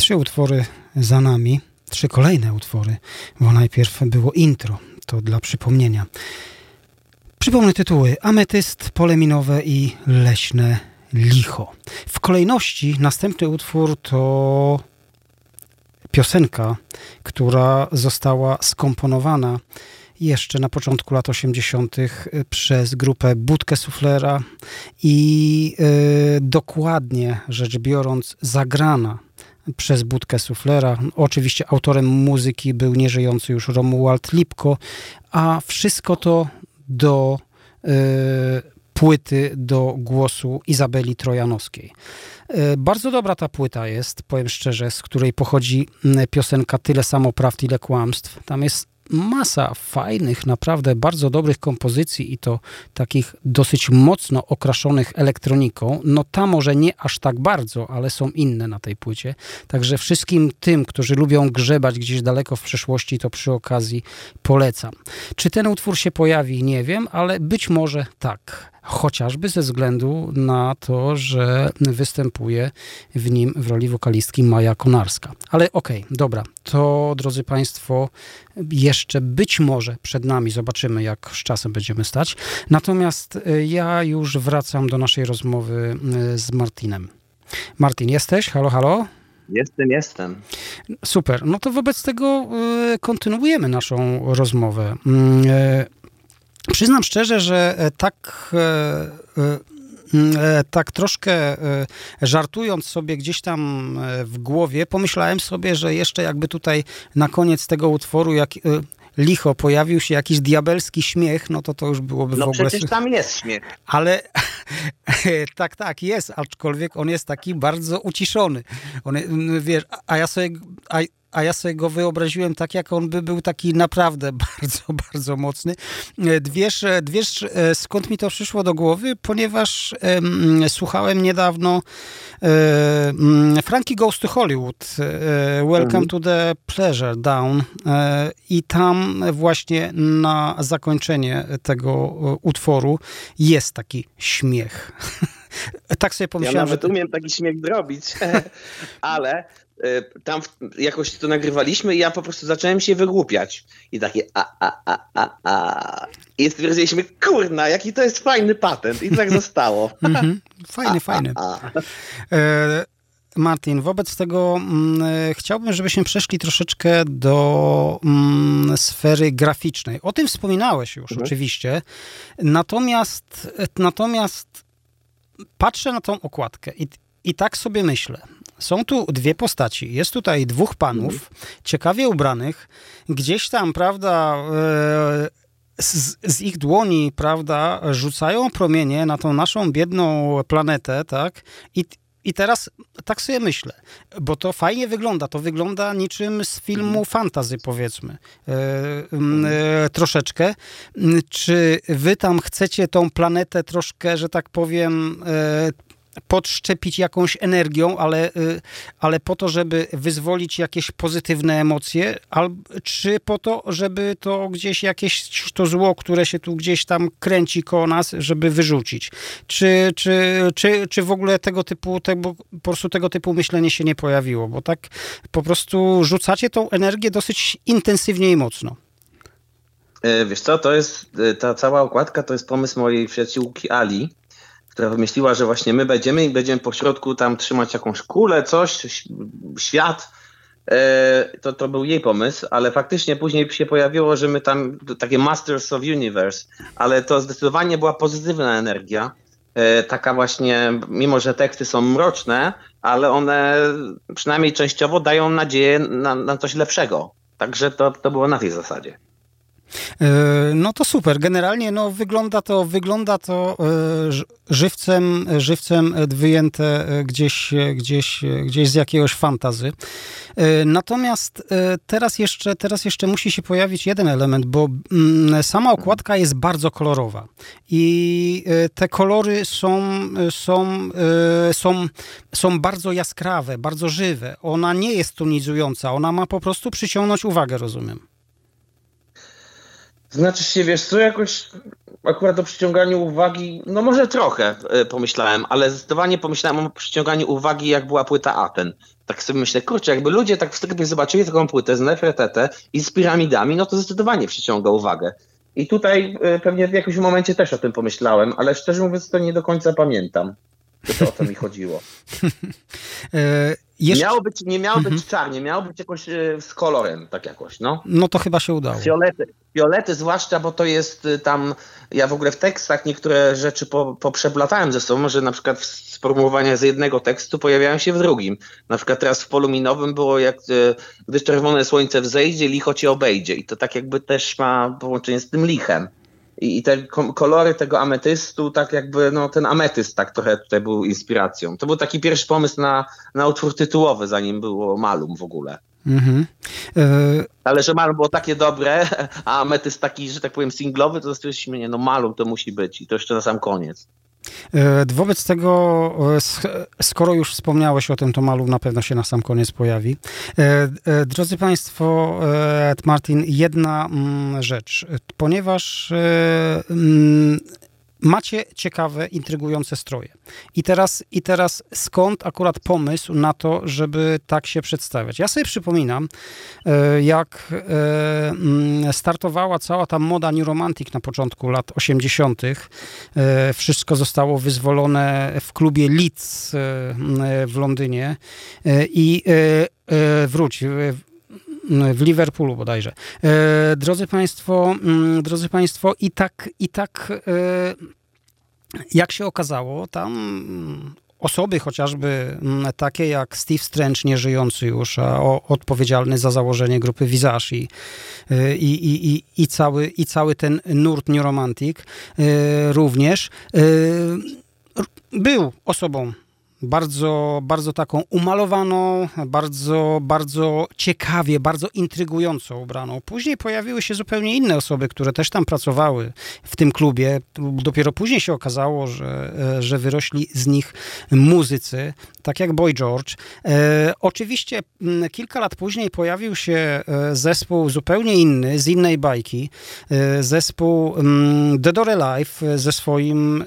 3 utwory za nami, 3 kolejne utwory, bo najpierw było intro, to dla przypomnienia. Przypomnę tytuły: Ametyst, Pole minowe i Leśne licho. W kolejności następny utwór to piosenka, która została skomponowana jeszcze na początku lat 80. przez grupę Budkę Suflera i dokładnie rzecz biorąc zagrana przez Budkę Suflera. Oczywiście autorem muzyki był nieżyjący już Romuald Lipko, a wszystko to do płyty, do głosu Izabeli Trojanowskiej. Bardzo dobra ta płyta jest, powiem szczerze, z której pochodzi piosenka Tyle samo prawd, ile kłamstw. Tam jest masa fajnych, naprawdę bardzo dobrych kompozycji i to takich dosyć mocno okraszonych elektroniką. No ta może nie aż tak bardzo, ale są inne na tej płycie. Także wszystkim tym, którzy lubią grzebać gdzieś daleko w przeszłości, to przy okazji polecam. Czy ten utwór się pojawi? Nie wiem, ale być może tak. Chociażby ze względu na to, że występuje w nim w roli wokalistki Maja Konarska. Ale okej, dobra, to drodzy Państwo, jeszcze być może przed nami, zobaczymy jak z czasem będziemy stać. Natomiast ja już wracam do naszej rozmowy z Martinem. Martin, jesteś? Halo, halo? Jestem. Super, no to wobec tego kontynuujemy naszą rozmowę. Przyznam szczerze, że tak troszkę żartując sobie gdzieś tam w głowie, pomyślałem sobie, że jeszcze jakby tutaj na koniec tego utworu, jak licho pojawił się jakiś diabelski śmiech, no to już byłoby w ogóle... No przecież tam jest śmiech. Ale tak, jest, aczkolwiek on jest taki bardzo uciszony. On, wiesz, a ja sobie go wyobraziłem tak, jak on by był taki naprawdę bardzo, bardzo mocny. Wiesz, skąd mi to przyszło do głowy? Ponieważ słuchałem niedawno Frankie Goes to Hollywood, Welcome to the Pleasure Down i tam właśnie na zakończenie tego utworu jest taki śmiech. Tak sobie pomyślałem, ja nawet umiem taki śmiech zrobić, ale tam jakoś to nagrywaliśmy i ja po prostu zacząłem się wygłupiać. I takie I stwierdziliśmy, kurna, jaki to jest fajny patent. I tak zostało. Fajny. Martin, wobec tego chciałbym, żebyśmy przeszli troszeczkę do sfery graficznej. O tym wspominałeś już oczywiście. Natomiast patrzę na tą okładkę i tak sobie myślę. Są tu 2 postaci. Jest tutaj 2 panów, ciekawie ubranych. Gdzieś tam, prawda, z ich dłoni, prawda, rzucają promienie na tą naszą biedną planetę, tak? I teraz tak sobie myślę, bo to fajnie wygląda. To wygląda niczym z filmu fantasy, powiedzmy. Troszeczkę. Czy wy tam chcecie tą planetę troszkę, że tak powiem, podszczepić jakąś energią, ale po to, żeby wyzwolić jakieś pozytywne emocje, czy po to, żeby to gdzieś jakieś to zło, które się tu gdzieś tam kręci koło nas, żeby wyrzucić? Czy w ogóle po prostu tego typu myślenie się nie pojawiło? Bo tak po prostu rzucacie tą energię dosyć intensywnie i mocno. Wiesz co, to jest ta cała okładka, to jest pomysł mojej przyjaciółki Ali, która wymyśliła, że właśnie my będziemy po środku tam trzymać jakąś kulę, coś, świat. To był jej pomysł, ale faktycznie później się pojawiło, że my tam takie Masters of Universe, ale to zdecydowanie była pozytywna energia. Taka właśnie, mimo że teksty są mroczne, ale one przynajmniej częściowo dają nadzieję na coś lepszego. Także to było na tej zasadzie. No to super. Generalnie no, wygląda to żywcem wyjęte gdzieś z jakiegoś fantasy. Natomiast teraz jeszcze musi się pojawić jeden element, bo sama okładka jest bardzo kolorowa i te kolory są bardzo jaskrawe, bardzo żywe. Ona nie jest tonizująca, ona ma po prostu przyciągnąć uwagę, rozumiem. Znaczy się, wiesz co, jakoś akurat o przyciąganiu uwagi, no może trochę pomyślałem, ale zdecydowanie pomyślałem o przyciąganiu uwagi, jak była płyta Aten. Tak sobie myślę, kurczę, jakby ludzie tak w sklepie zobaczyli taką płytę z Nefertete i z piramidami, no to zdecydowanie przyciąga uwagę. I tutaj pewnie w jakimś momencie też o tym pomyślałem, ale szczerze mówiąc to nie do końca pamiętam, że to o co mi chodziło. Nie miało być czarnie, miało być jakoś z kolorem, tak jakoś, no. No to chyba się udało. Fiolety zwłaszcza, bo to jest tam, ja w ogóle w tekstach niektóre rzeczy poprzeplatałem ze sobą, że na przykład sformułowania z jednego tekstu pojawiają się w drugim. Na przykład teraz w polu minowym było jak gdy czerwone słońce wzejdzie, licho cię obejdzie i to tak jakby też ma połączenie z tym lichem. I te kolory tego ametystu, tak jakby, no ten ametyst tak trochę tutaj był inspiracją. To był taki pierwszy pomysł na utwór tytułowy, zanim było Malum w ogóle. Mhm. Ale że Malum było takie dobre, a ametyst taki, że tak powiem, singlowy, to stwierdziliśmy, nie, no Malum to musi być i to jeszcze na sam koniec. Wobec tego, skoro już wspomniałeś o tym, to Malum na pewno się na sam koniec pojawi. Drodzy Państwo, Martin, jedna rzecz. Ponieważ macie ciekawe, intrygujące stroje. I teraz skąd akurat pomysł na to, żeby tak się przedstawiać? Ja sobie przypominam, jak startowała cała ta moda New Romantic na początku lat 80. Wszystko zostało wyzwolone w klubie Leeds w Londynie i w Liverpoolu bodajże. Drodzy Państwo, i tak jak się okazało, tam osoby chociażby takie jak Steve Strange, nieżyjący już, a odpowiedzialny za założenie grupy Visage i cały ten nurt New Romantic również był osobą bardzo, bardzo taką umalowaną, bardzo, bardzo ciekawie, bardzo intrygująco ubraną. Później pojawiły się zupełnie inne osoby, które też tam pracowały w tym klubie. Dopiero później się okazało, że wyrośli z nich muzycy, tak jak Boy George. Oczywiście kilka lat później pojawił się zespół zupełnie inny, z innej bajki. Zespół Dead or Alive ze swoim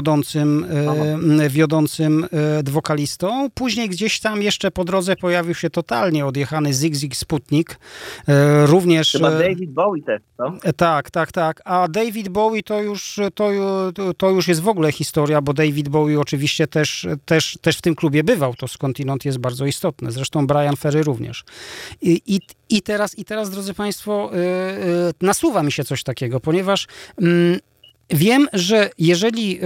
wiodącym wokalistą. Później gdzieś tam jeszcze po drodze pojawił się totalnie odjechany Zig Sputnik. Również... Chyba David Bowie też, no? Tak. A David Bowie to już jest w ogóle historia, bo David Bowie oczywiście też w tym klubie bywał. To skądinąd jest bardzo istotne. Zresztą Brian Ferry również. I teraz, drodzy Państwo, nasuwa mi się coś takiego, ponieważ wiem, że jeżeli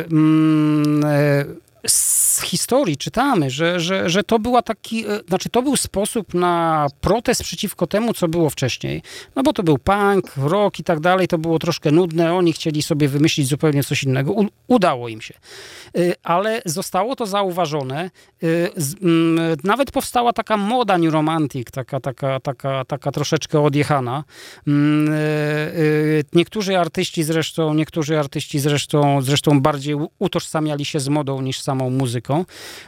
z historii czytamy, że to była to był sposób na protest przeciwko temu, co było wcześniej. No bo to był punk, rock i tak dalej, to było troszkę nudne, oni chcieli sobie wymyślić zupełnie coś innego. Udało im się. Ale zostało to zauważone. Nawet powstała taka moda New Romantic, taka troszeczkę odjechana. Niektórzy artyści zresztą bardziej utożsamiali się z modą niż samą muzyką.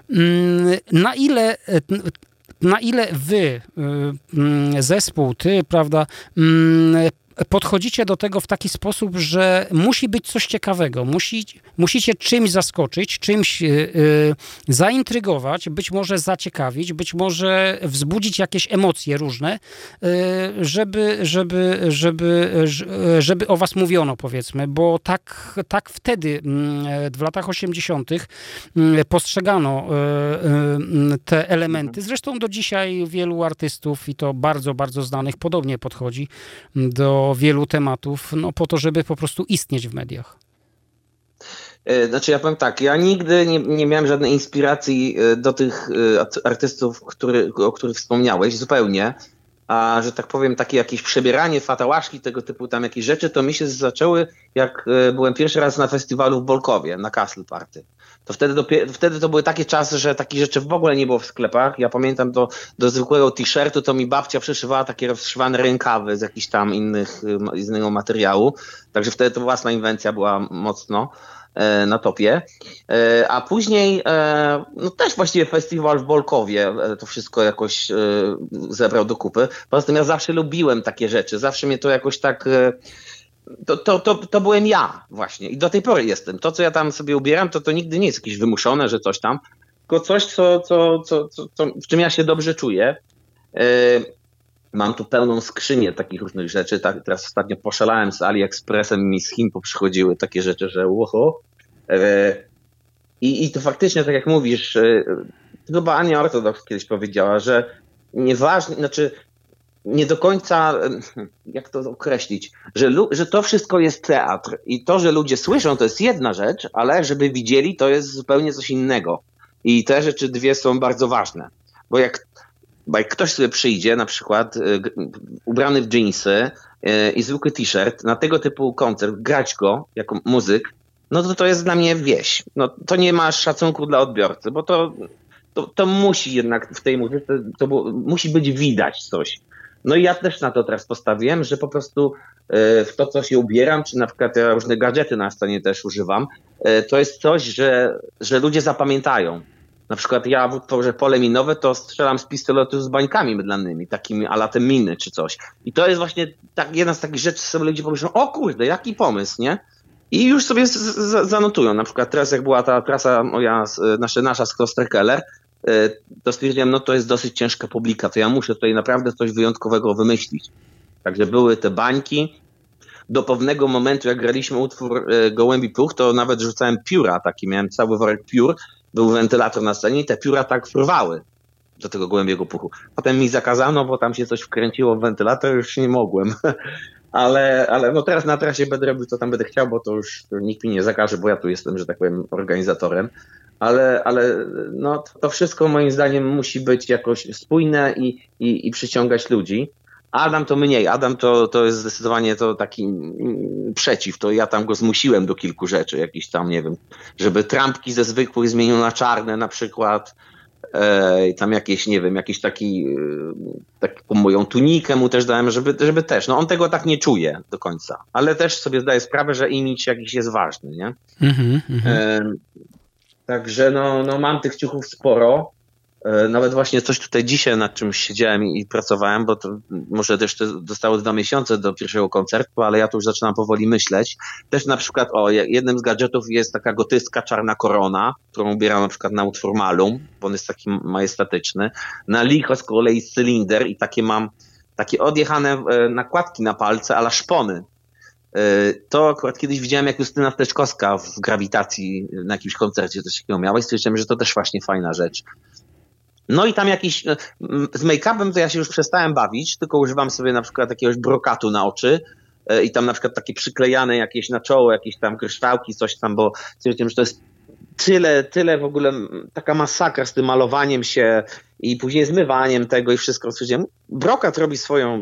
Na ile wy, zespół, ty, prawda, podchodzicie do tego w taki sposób, że musi być coś ciekawego, musicie czymś zaskoczyć, czymś zaintrygować, być może zaciekawić, być może wzbudzić jakieś emocje różne, żeby o was mówiono, powiedzmy, bo tak wtedy w latach 80. postrzegano te elementy. Zresztą do dzisiaj wielu artystów, i to bardzo, bardzo znanych, podobnie podchodzi do wielu tematów, no po to, żeby po prostu istnieć w mediach. Znaczy ja powiem tak, ja nigdy nie miałem żadnej inspiracji do tych artystów, o których wspomniałeś, zupełnie. A że tak powiem, takie jakieś przebieranie, fatałaszki, tego typu tam jakieś rzeczy, to mi się zaczęły, jak byłem pierwszy raz na festiwalu w Bolkowie, na Castle Party. To wtedy to były takie czasy, że takich rzeczy w ogóle nie było w sklepach. Ja pamiętam, do zwykłego t-shirtu to mi babcia przyszywała takie rozszywane rękawy z jakichś tam innego materiału. Także wtedy to własna inwencja była mocno na topie. A później no też właściwie festiwal w Bolkowie to wszystko jakoś zebrał do kupy. Poza tym ja zawsze lubiłem takie rzeczy. Zawsze mnie to jakoś tak to byłem ja właśnie i do tej pory jestem. To, co ja tam sobie ubieram, to nigdy nie jest jakieś wymuszone, że coś tam, tylko coś, w czym ja się dobrze czuję. Mam tu pełną skrzynię takich różnych rzeczy. Teraz ostatnio poszalałem z AliExpressem, mi z Chin przychodziły takie rzeczy, że łoho. I to faktycznie, tak jak mówisz, chyba Ania Ortodoks kiedyś powiedziała, że nieważne, znaczy nie do końca, jak to określić, że to wszystko jest teatr i to, że ludzie słyszą, to jest jedna rzecz, ale żeby widzieli, to jest zupełnie coś innego. I te rzeczy dwie są bardzo ważne, bo jak ktoś sobie przyjdzie, na przykład ubrany w dżinsy i zwykły t-shirt na tego typu koncert, grać go jako muzyk, no to jest dla mnie wieś. No to nie ma szacunku dla odbiorcy, bo to musi jednak w tej muzyce, musi być widać coś. No i ja też na to teraz postawiłem, że po prostu w to, co się ubieram, czy na przykład ja różne gadżety na scenie też używam, to jest coś, że ludzie zapamiętają. Na przykład ja w utworze pole minowe to strzelam z pistoletu z bańkami mydlanymi, takimi a la te miny czy coś. I to jest właśnie jedna z takich rzeczy, co sobie ludzie pomyślą, o kurde, jaki pomysł, nie? I już sobie zanotują. Na przykład teraz jak była ta trasa nasza z Klosterkeller, to stwierdziłem, no to jest dosyć ciężka publika, to ja muszę tutaj naprawdę coś wyjątkowego wymyślić. Także były te bańki. Do pewnego momentu, jak graliśmy utwór Gołębi Puch, to nawet rzucałem pióra, miałem cały worek piór, był wentylator na scenie i te pióra tak fruwały do tego Gołębiego Puchu. Potem mi zakazano, bo tam się coś wkręciło w wentylator, już nie mogłem. Ale no teraz na trasie będę robił, co tam będę chciał, bo to już nikt mi nie zakaże, bo ja tu jestem, że tak powiem, organizatorem. Ale no, to wszystko moim zdaniem musi być jakoś spójne i przyciągać ludzi. Adam to mniej. Adam to jest zdecydowanie to taki przeciw. To ja tam go zmusiłem do kilku rzeczy. Jakiś tam, nie wiem, żeby trampki ze zwykłych zmienił na czarne na przykład. Tam jakieś, nie wiem, jakiś taką moją tunikę mu też dałem, żeby też. No on tego tak nie czuje do końca. Ale też sobie zdaję sprawę, że imidż jakiś jest ważny, nie? Także no mam tych ciuchów sporo. Nawet właśnie coś tutaj dzisiaj nad czymś siedziałem i pracowałem, bo to może też zostało 2 miesiące do pierwszego koncertu, ale ja tu już zaczynam powoli myśleć. Też na przykład jednym z gadżetów jest taka gotycka czarna korona, którą ubieram na przykład na utwór Malum, bo on jest taki majestatyczny. Na licho z kolei cylinder i mam takie odjechane nakładki na palce, ale szpony. To akurat kiedyś widziałem, jak Justyna Wteczkowska w Grawitacji na jakimś koncercie coś takiego miała i stwierdziłem, że to też właśnie fajna rzecz. No i tam z make-upem to ja się już przestałem bawić, tylko używam sobie na przykład jakiegoś brokatu na oczy i tam na przykład takie przyklejane jakieś na czoło, jakieś tam kryształki, coś tam, bo stwierdziłem, że to jest tyle w ogóle, taka masakra z tym malowaniem się i później zmywaniem tego i wszystko. Stwierdziłem, brokat robi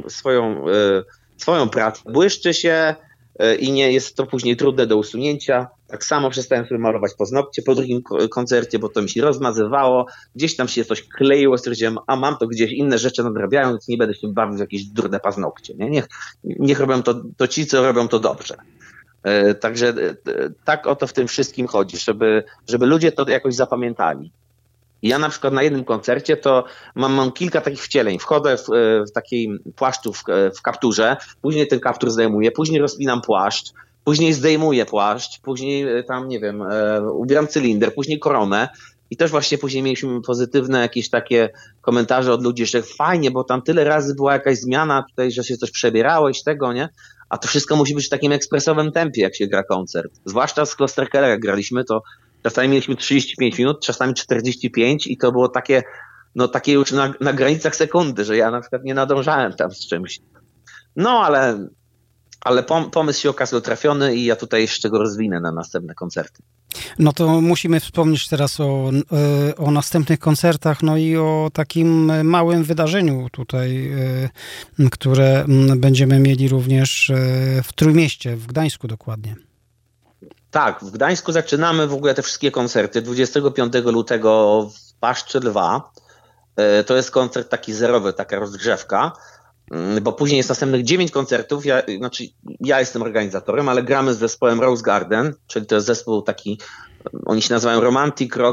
swoją pracę, błyszczy się i nie jest to później trudne do usunięcia. Tak samo przestałem sobie malować paznokcie po drugim koncercie, bo to mi się rozmazywało, gdzieś tam się coś kleiło, stwierdziłem, a mam to gdzieś, inne rzeczy nadrabiają, więc nie będę się bawił w jakieś durne paznokcie. Nie? Niech robią to ci, co robią to dobrze. Także tak o to w tym wszystkim chodzi, żeby ludzie to jakoś zapamiętali. Ja na przykład na jednym koncercie to mam kilka takich wcieleń. Wchodzę w takiej płaszczu w kapturze, później ten kaptur zdejmuję, później rozpinam płaszcz, później zdejmuję płaszcz, później tam, nie wiem, ubieram cylinder, później koronę. I też właśnie później mieliśmy pozytywne jakieś takie komentarze od ludzi, że fajnie, bo tam tyle razy była jakaś zmiana tutaj, że się coś przebierałeś, tego, nie? A to wszystko musi być w takim ekspresowym tempie, jak się gra koncert. Zwłaszcza z Klosterkeller, jak graliśmy, to czasami mieliśmy 35 minut, czasami 45 i to było takie już na granicach sekundy, że ja na przykład nie nadążałem tam z czymś. No ale pomysł się okazał trafiony i ja tutaj jeszcze go rozwinę na następne koncerty. No to musimy wspomnieć teraz o następnych koncertach, no i o takim małym wydarzeniu tutaj, które będziemy mieli również w Trójmieście, w Gdańsku dokładnie. Tak, w Gdańsku zaczynamy w ogóle te wszystkie koncerty. 25 lutego w Paszczy Lwa. To jest koncert taki zerowy, taka rozgrzewka, bo później jest następnych 9 koncertów. Ja jestem organizatorem, ale gramy z zespołem Rose Garden, czyli to jest zespół taki, oni się nazywają Romantic Rock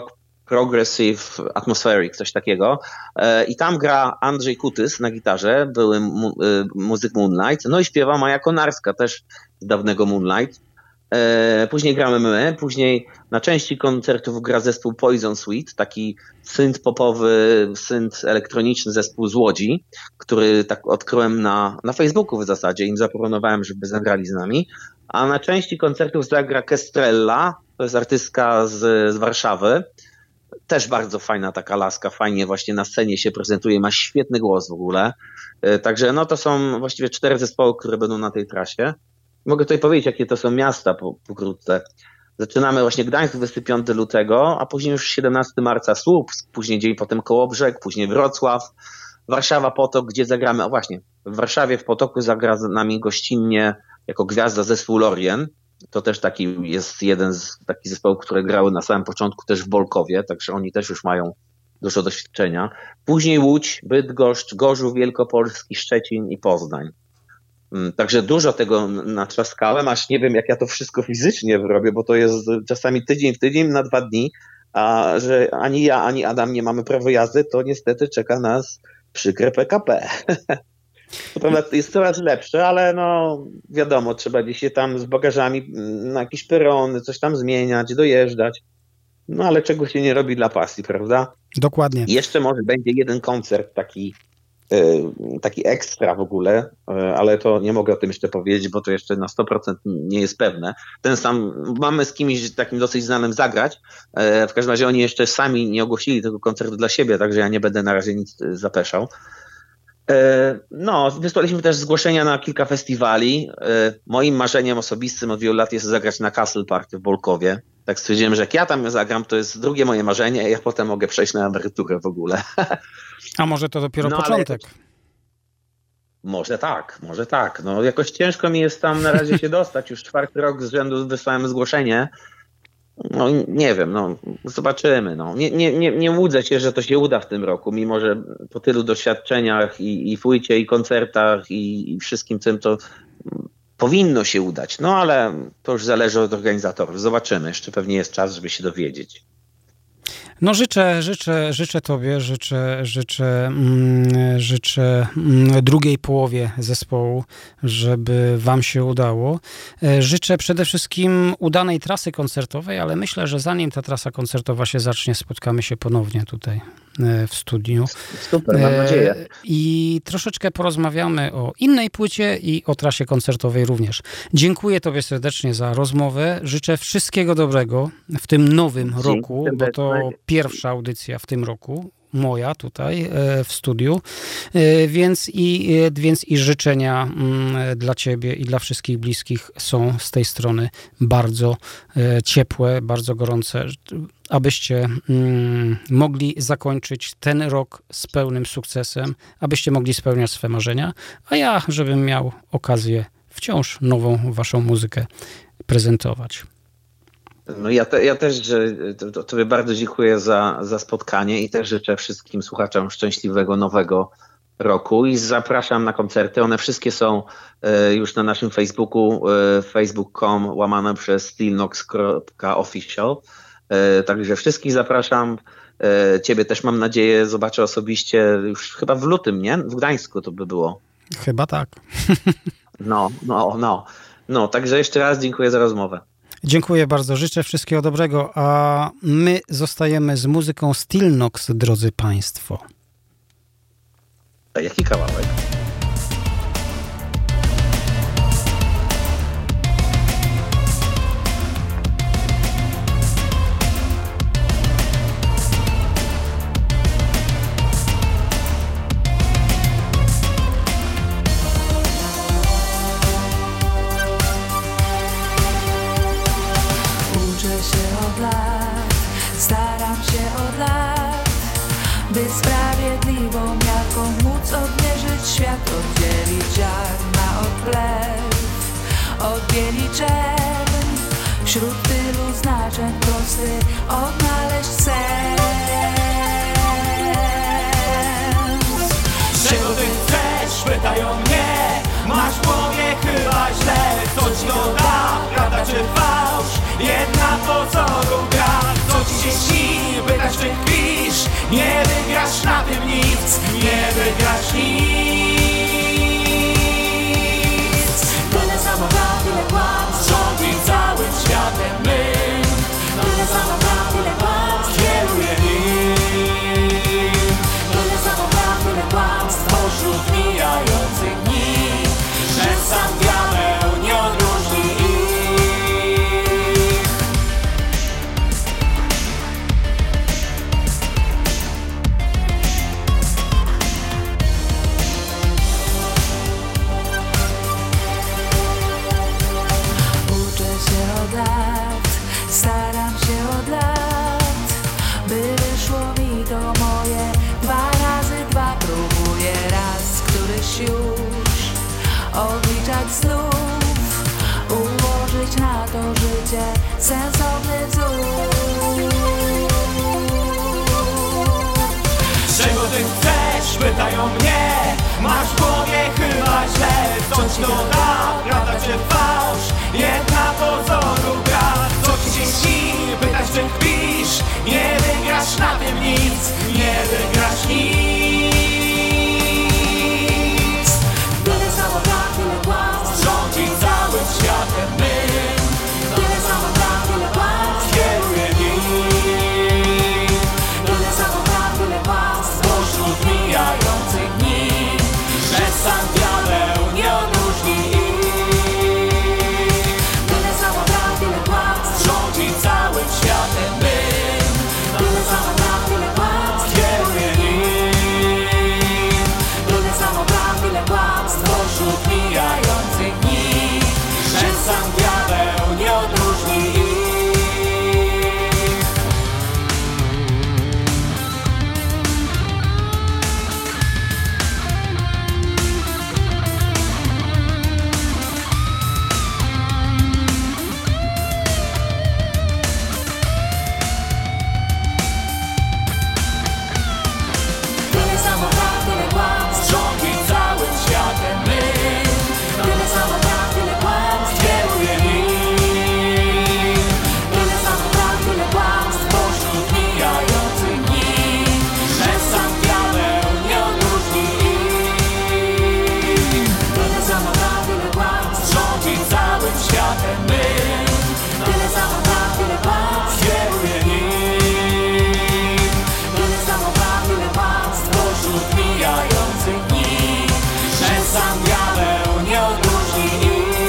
Progressive Atmospheric, coś takiego. I tam gra Andrzej Kutys na gitarze, były muzyk Moonlight, no i śpiewa Maja Konarska, też z dawnego Moonlight. Później gramy my, później na części koncertów gra zespół Poison Sweet, taki synth-popowy, synth-elektroniczny zespół z Łodzi, który tak odkryłem na Facebooku w zasadzie, im zaproponowałem, żeby zagrali z nami. A na części koncertów zagra Kestrella, to jest artystka z Warszawy, też bardzo fajna taka laska, fajnie właśnie na scenie się prezentuje, ma świetny głos w ogóle. Także no to są właściwie 4 zespoły, które będą na tej trasie. Mogę tutaj powiedzieć, jakie to są miasta pokrótce. Zaczynamy właśnie Gdańsk 25 lutego, a później już 17 marca Słupsk, później dzień potem Kołobrzeg, później Wrocław, Warszawa, Potok, gdzie zagramy, o właśnie, w Warszawie w Potoku zagra z nami gościnnie jako gwiazda zespół Lorien. To też taki jest jeden z takich zespołów, które grały na samym początku też w Bolkowie, także oni też już mają dużo doświadczenia. Później Łódź, Bydgoszcz, Gorzów Wielkopolski, Szczecin i Poznań. Także dużo tego natrzaskałem, aż nie wiem, jak ja to wszystko fizycznie robię, bo to jest czasami tydzień w tydzień na 2 dni, a że ani ja, ani Adam nie mamy prawa jazdy, to niestety czeka nas przykre PKP. To prawda, jest coraz lepsze, ale no wiadomo, trzeba gdzieś się tam z bagażami na jakieś perony, coś tam zmieniać, dojeżdżać. No ale czego się nie robi dla pasji, prawda? Dokładnie. Jeszcze może będzie jeden koncert taki ekstra w ogóle, ale to nie mogę o tym jeszcze powiedzieć, bo to jeszcze na 100% nie jest pewne. Ten sam, mamy z kimś takim dosyć znanym zagrać, w każdym razie oni jeszcze sami nie ogłosili tego koncertu dla siebie, także ja nie będę na razie nic zapeszał. No, wysłaliśmy też zgłoszenia na kilka festiwali. Moim marzeniem osobistym od wielu lat jest zagrać na Castle Park w Bolkowie. Tak stwierdziłem, że jak ja tam zagram, to jest drugie moje marzenie, a ja potem mogę przejść na emeryturę w ogóle. A może to dopiero początek? Może tak. No jakoś ciężko mi jest tam na razie się dostać. Już 4. rok z rzędu wysłałem zgłoszenie. No nie wiem, no zobaczymy. No. Nie łudzę się, że to się uda w tym roku, mimo że po tylu doświadczeniach i płycie, i koncertach, i wszystkim tym to powinno się udać. No ale to już zależy od organizatorów. Zobaczymy. Jeszcze pewnie jest czas, żeby się dowiedzieć. No życzę tobie, życzę drugiej połowie zespołu, żeby wam się udało. Życzę przede wszystkim udanej trasy koncertowej, ale myślę, że zanim ta trasa koncertowa się zacznie, spotkamy się ponownie tutaj w studiu. Super, mam nadzieję. I troszeczkę porozmawiamy o innej płycie i o trasie koncertowej również. Dziękuję tobie serdecznie za rozmowę. Życzę wszystkiego dobrego w tym nowym roku, bo to pierwsza audycja w tym roku, moja tutaj w studiu, więc i życzenia dla ciebie i dla wszystkich bliskich są z tej strony bardzo ciepłe, bardzo gorące, abyście mogli zakończyć ten rok z pełnym sukcesem, abyście mogli spełniać swe marzenia, a ja, żebym miał okazję wciąż nową waszą muzykę prezentować. No ja też tobie bardzo dziękuję za spotkanie i też życzę wszystkim słuchaczom szczęśliwego nowego roku i zapraszam na koncerty. One wszystkie są już na naszym Facebooku, facebook.com/steelnox.official. Także wszystkich zapraszam. Ciebie też mam nadzieję zobaczę osobiście już chyba w lutym, nie? W Gdańsku to by było. Chyba tak. No, także jeszcze raz dziękuję za rozmowę. Dziękuję bardzo, życzę wszystkiego dobrego, a my zostajemy z muzyką Steelnox, drodzy Państwo. A jaki kawałek? Staram się od lat, by sprawiedliwą miarką móc odmierzyć świat, oddzielić ziarna od plew, oddzielić czerń, wśród tylu znaczeń prosty odnaleźć sens. Czego ty chcesz? Pytają mnie. Masz w głowie chyba źle. Coś doda, prawda czy fałsz? Jedna pozoru gra. Co ci się śni? Pytasz czy wygrasz nic. Tyle samo prawd, tyle kłamstw rządzi całym światem mym. Tyle samo prawd, tyle kłamstw kieruje nim. Tyle samo prawd, tyle kłamstw pośród mijających dni, że sam diabeł nie odróżni ich. Uczę się od lat, staram się od lat, by wyszło mi to moje. 2 razy 2 próbuję raz, któryś już odliczać znów, ułożyć na to życie sensowny wzór. Czego ty chcesz? Pytają mnie. Masz w głowie chyba źle. Coś to da, prawda czy fałsz? Jedna pozoru gra. Co ci się śni? Pytasz czy kpisz? Nie wygrasz na tym nic. Nie wygrasz nic. Tyle samo prawd, tyle kłamstw Rządzi całym światem mym. Tyle samo prawd, tyle kłamstw Kieruje nim. Tyle samo prawd, tyle kłamstw Pośród mijających dni, że sam diabeł nie odróżni ich. Tyle samo prawd, tyle kłamstw Rządzi całym światem mym. Tyle samo prawd, tyle kłamstw Kieruje nim. Tyle samo prawd, tyle kłamstw Pośród mijających dni, że sam diabeł nie odróżni ich. Tyle samo prawd, tyle kłamstw Rządzi całym światem mym. Tyle samo prawd, tyle kłamstw Kieruje nim. Tyle samo prawd, tyle kłamstw Pośród mijających dni, że sam diabeł nie odróżni ich. Tyle samo prawd, tyle kłamstw Rządzi całym światem mym. Tyle samo prawd, tyle kłamstw Kieruje nim. Tyle samo prawd, tyle kłamstw Pośród mijających dni, że sam diabeł nie odróżni ich.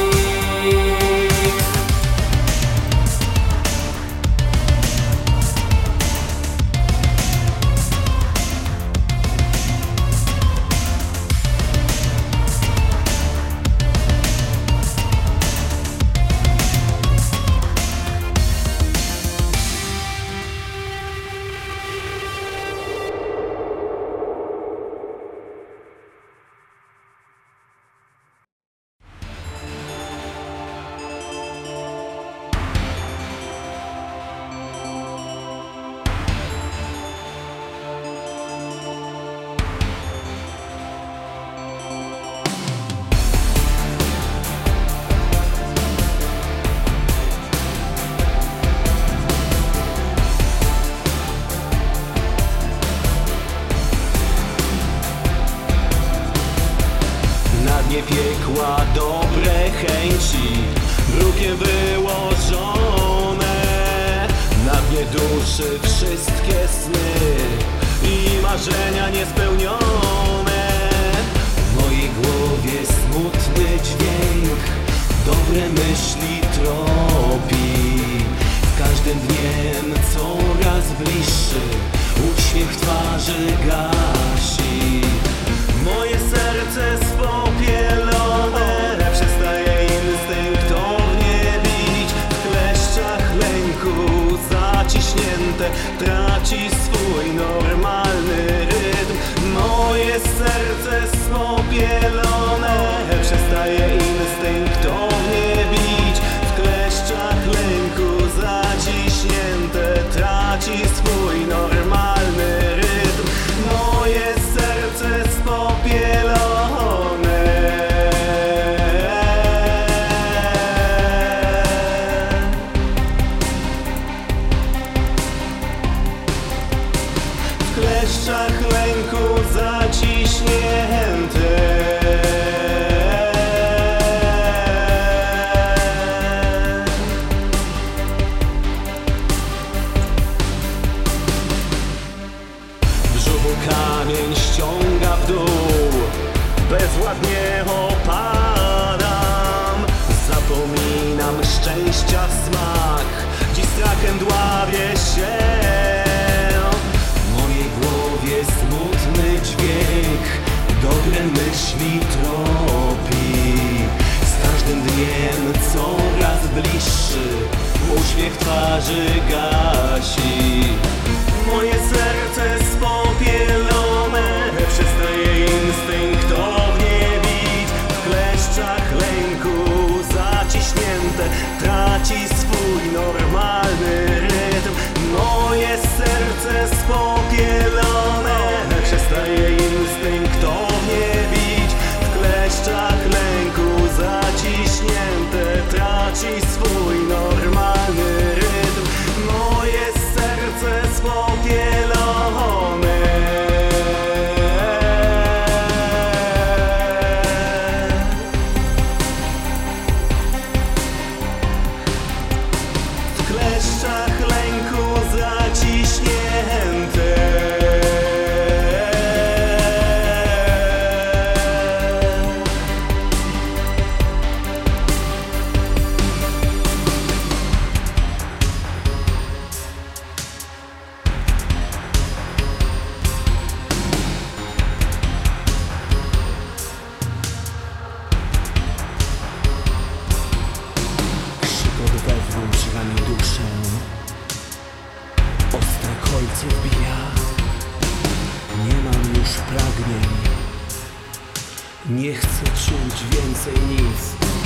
Na dnie piekła dobre chęci, brukiem wyłożone. Na dnie duszy wszystkie sny i marzenia niespełnione. W mojej głowie smutny dźwięk dobre myśli tropi. Z każdym dniem coraz bliższy uśmiech twarzy gasi. Moje serce spopielone przestaje instynktownie bić. W kleszczach lęku zaciśnięte traci swój normalny rytm. Moje serce spopielone przestaje instynktownie bić. W kleszczach lęku zaciśnięte traci swój normalny rytm. Moje serce spopielone. W kleszczach lęku zaciśnięte drzwi tropi. Z każdym dniem coraz bliższy uśmiech twarzy gasi. Moje serce spopielone przestaje instynktownie bić. W kleszczach lęku zaciśnięte traci swój normalny rytm. Moje serce spopielone przestaje instynktownie bić. W kleszczach lęku zaciśnięte traci swój normalny rytm. Moje serce spopielone. W kleszczach lęku zaciśnięte. Krzyk od wewnątrz rani duszę, ostre kolce wbija. Nie mam już pragnień, nie chcę czuć więcej nic.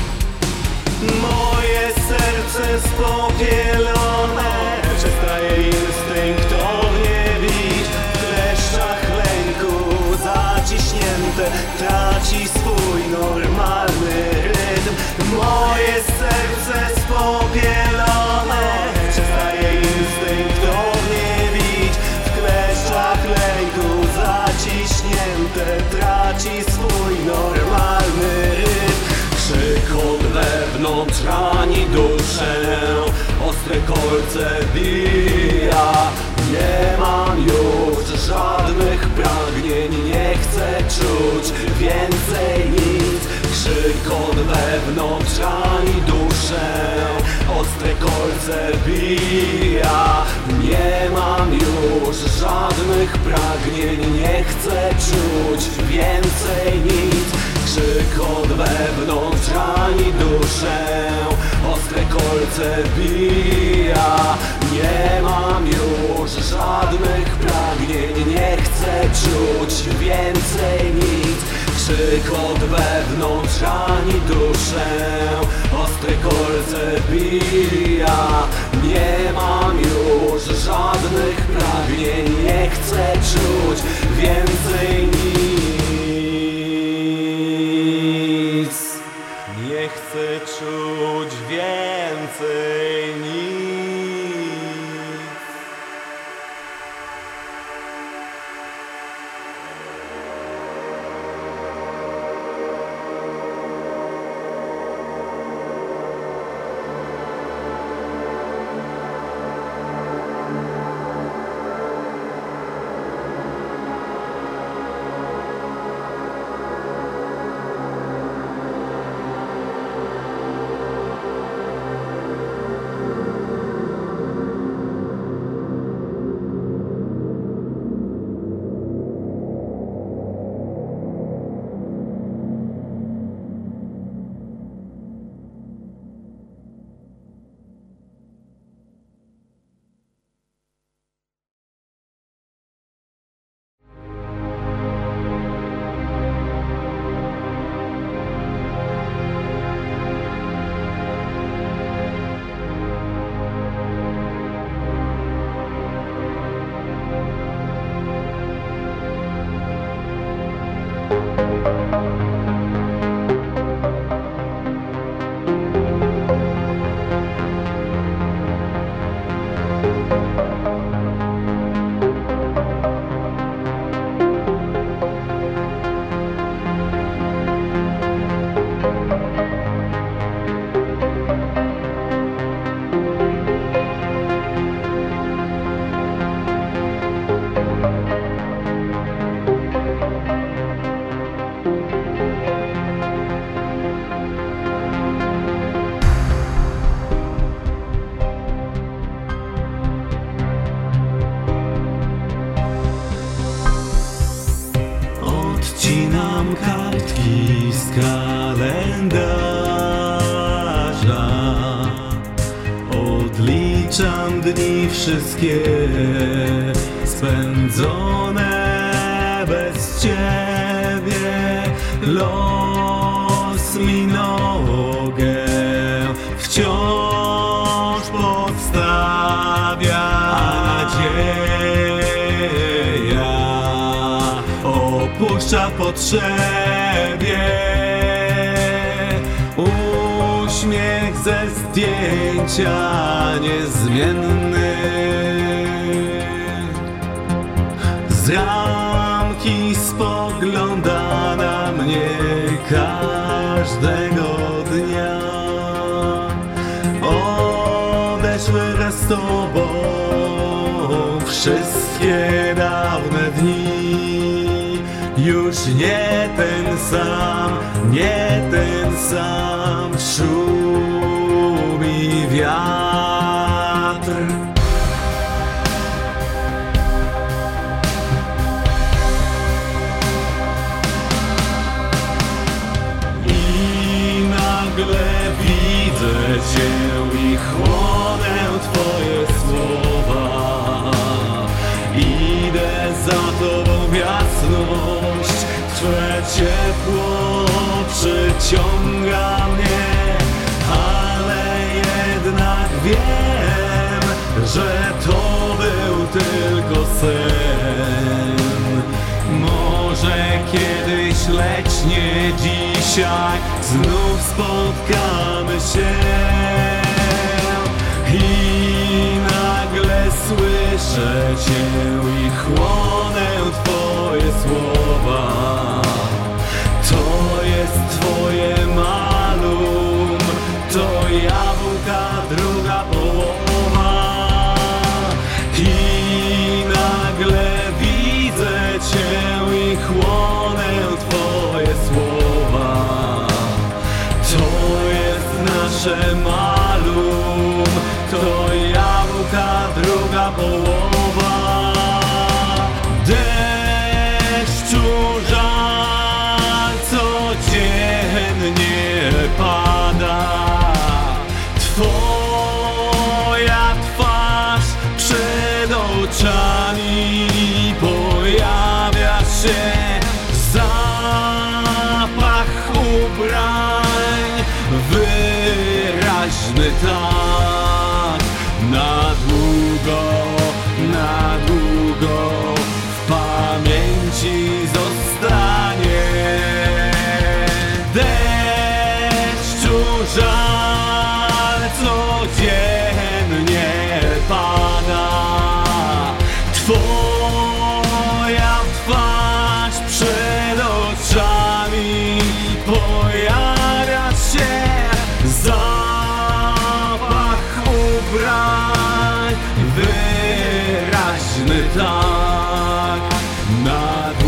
Moje serce spopielone przestaje instynktownie bić. W kleszczach lęku zaciśnięte traci swój normalny rytm. Moje serce spopielone przestaje instynktownie bić. W kleszczach lęku zaciśnięte traci swój normalny rytm. Krzyk od wewnątrz rani duszę, ostre kolce bija. Nie mam już żadnych pragnień, nie chcę czuć więcej nic. Krzyk od wewnątrz rani duszę, ostre kolce bija. Nie mam już żadnych pragnień, nie chcę czuć więcej nic. Krzyk od wewnątrz rani duszę, ostre kolce bija. Nie mam już żadnych pragnień, nie chcę czuć więcej nic. Krzyk od wewnątrz rani duszę, ostre kolce bija. Nie mam już żadnych pragnień, nie chcę czuć więcej nic. Nie chcę czuć więcej nic. I z kalendarza odliczam dni wszystkie spędzone bez Ciebie. Los mi nogę wciąż podstawia, a nadzieja opuszcza w potrzebie. Uśmiech ze zdjęcia niezmienny, z ramki spogląda na mnie każdego dnia. Odeszły wraz z Tobą wszystkie dawne dni. Już nie ten sam, nie ten sam szumi wiatr. I nagle widzę Cię i chłonę Twoje słowa. Idę za Tobą w jasność, Twe ciepło przyciąga mnie, ale jednak wiem, że to był tylko sen. Może kiedyś, lecz nie dzisiaj, znów spotkamy się. I nagle słyszę Cię i chłonę Twoje słowa. To jest Twoje malum, to jabłka druga połowa. I nagle widzę Cię i chłonę Twoje słowa. To jest nasze malum, to jabłka druga połowa. Deszczu żal codziennie pada, Twoja twarz przed oczami, pojawia się zapach ubrań wyraźny tak. Na długo w pamięci zostanie. Deszczu żal codziennie pada, Twoja twarz przed oczami, pojawia się zapach ubrań wyraźny tak. Na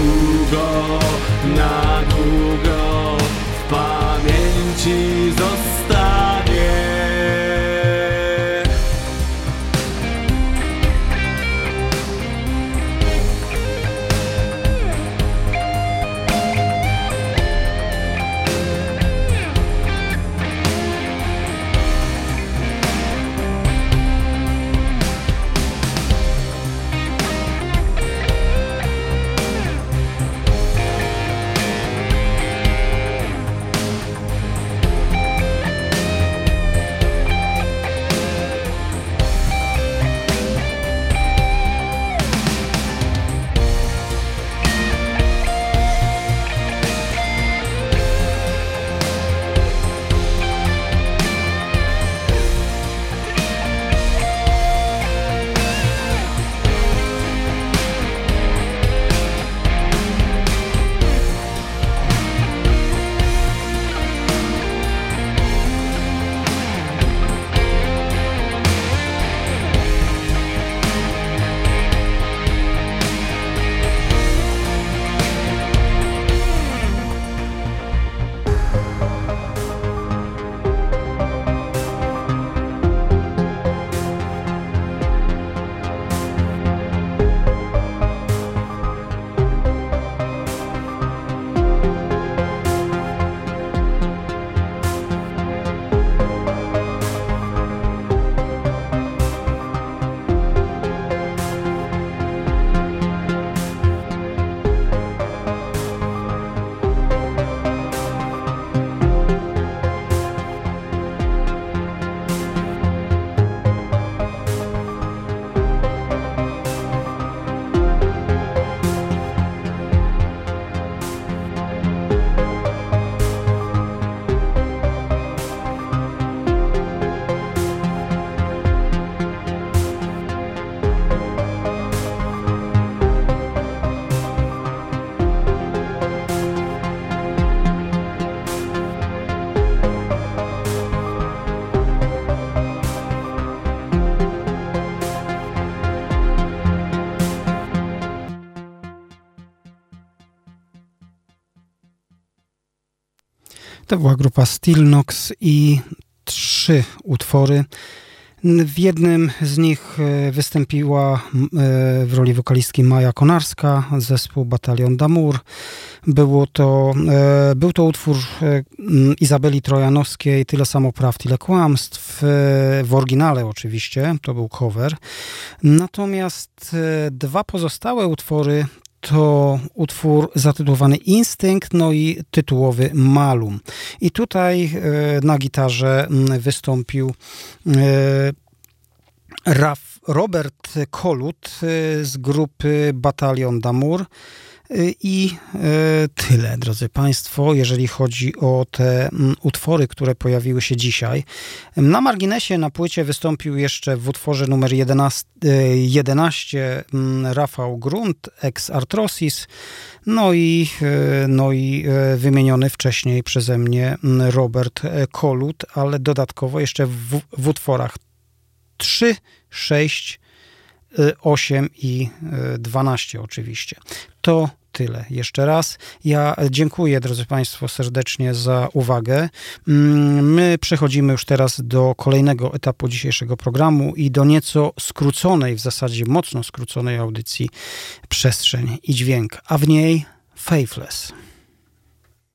długo w pamięci zostanie. To była grupa Stillnox i 3 utwory. W jednym z nich wystąpiła w roli wokalistki Maja Konarska, zespół Batalion d'Amour. Był to utwór Izabeli Trojanowskiej, Tyle samo praw, tyle kłamstw. W oryginale oczywiście, to był cover. Natomiast 2 pozostałe utwory to utwór zatytułowany Instynkt, no i tytułowy Malum. I tutaj na gitarze wystąpił Robert Kolut z grupy Batalion d'Amour. I tyle, drodzy Państwo, jeżeli chodzi o te utwory, które pojawiły się dzisiaj. Na marginesie na płycie wystąpił jeszcze w utworze numer 11 Rafał Grunt, ex Arthrosis, no i wymieniony wcześniej przeze mnie Robert Kolut, ale dodatkowo jeszcze w utworach 3, 6, 8 i 12 oczywiście. To tyle. Jeszcze raz. Ja dziękuję, drodzy Państwo, serdecznie za uwagę. My przechodzimy już teraz do kolejnego etapu dzisiejszego programu i do nieco skróconej, w zasadzie mocno skróconej audycji Przestrzeń i Dźwięk, a w niej Faithless.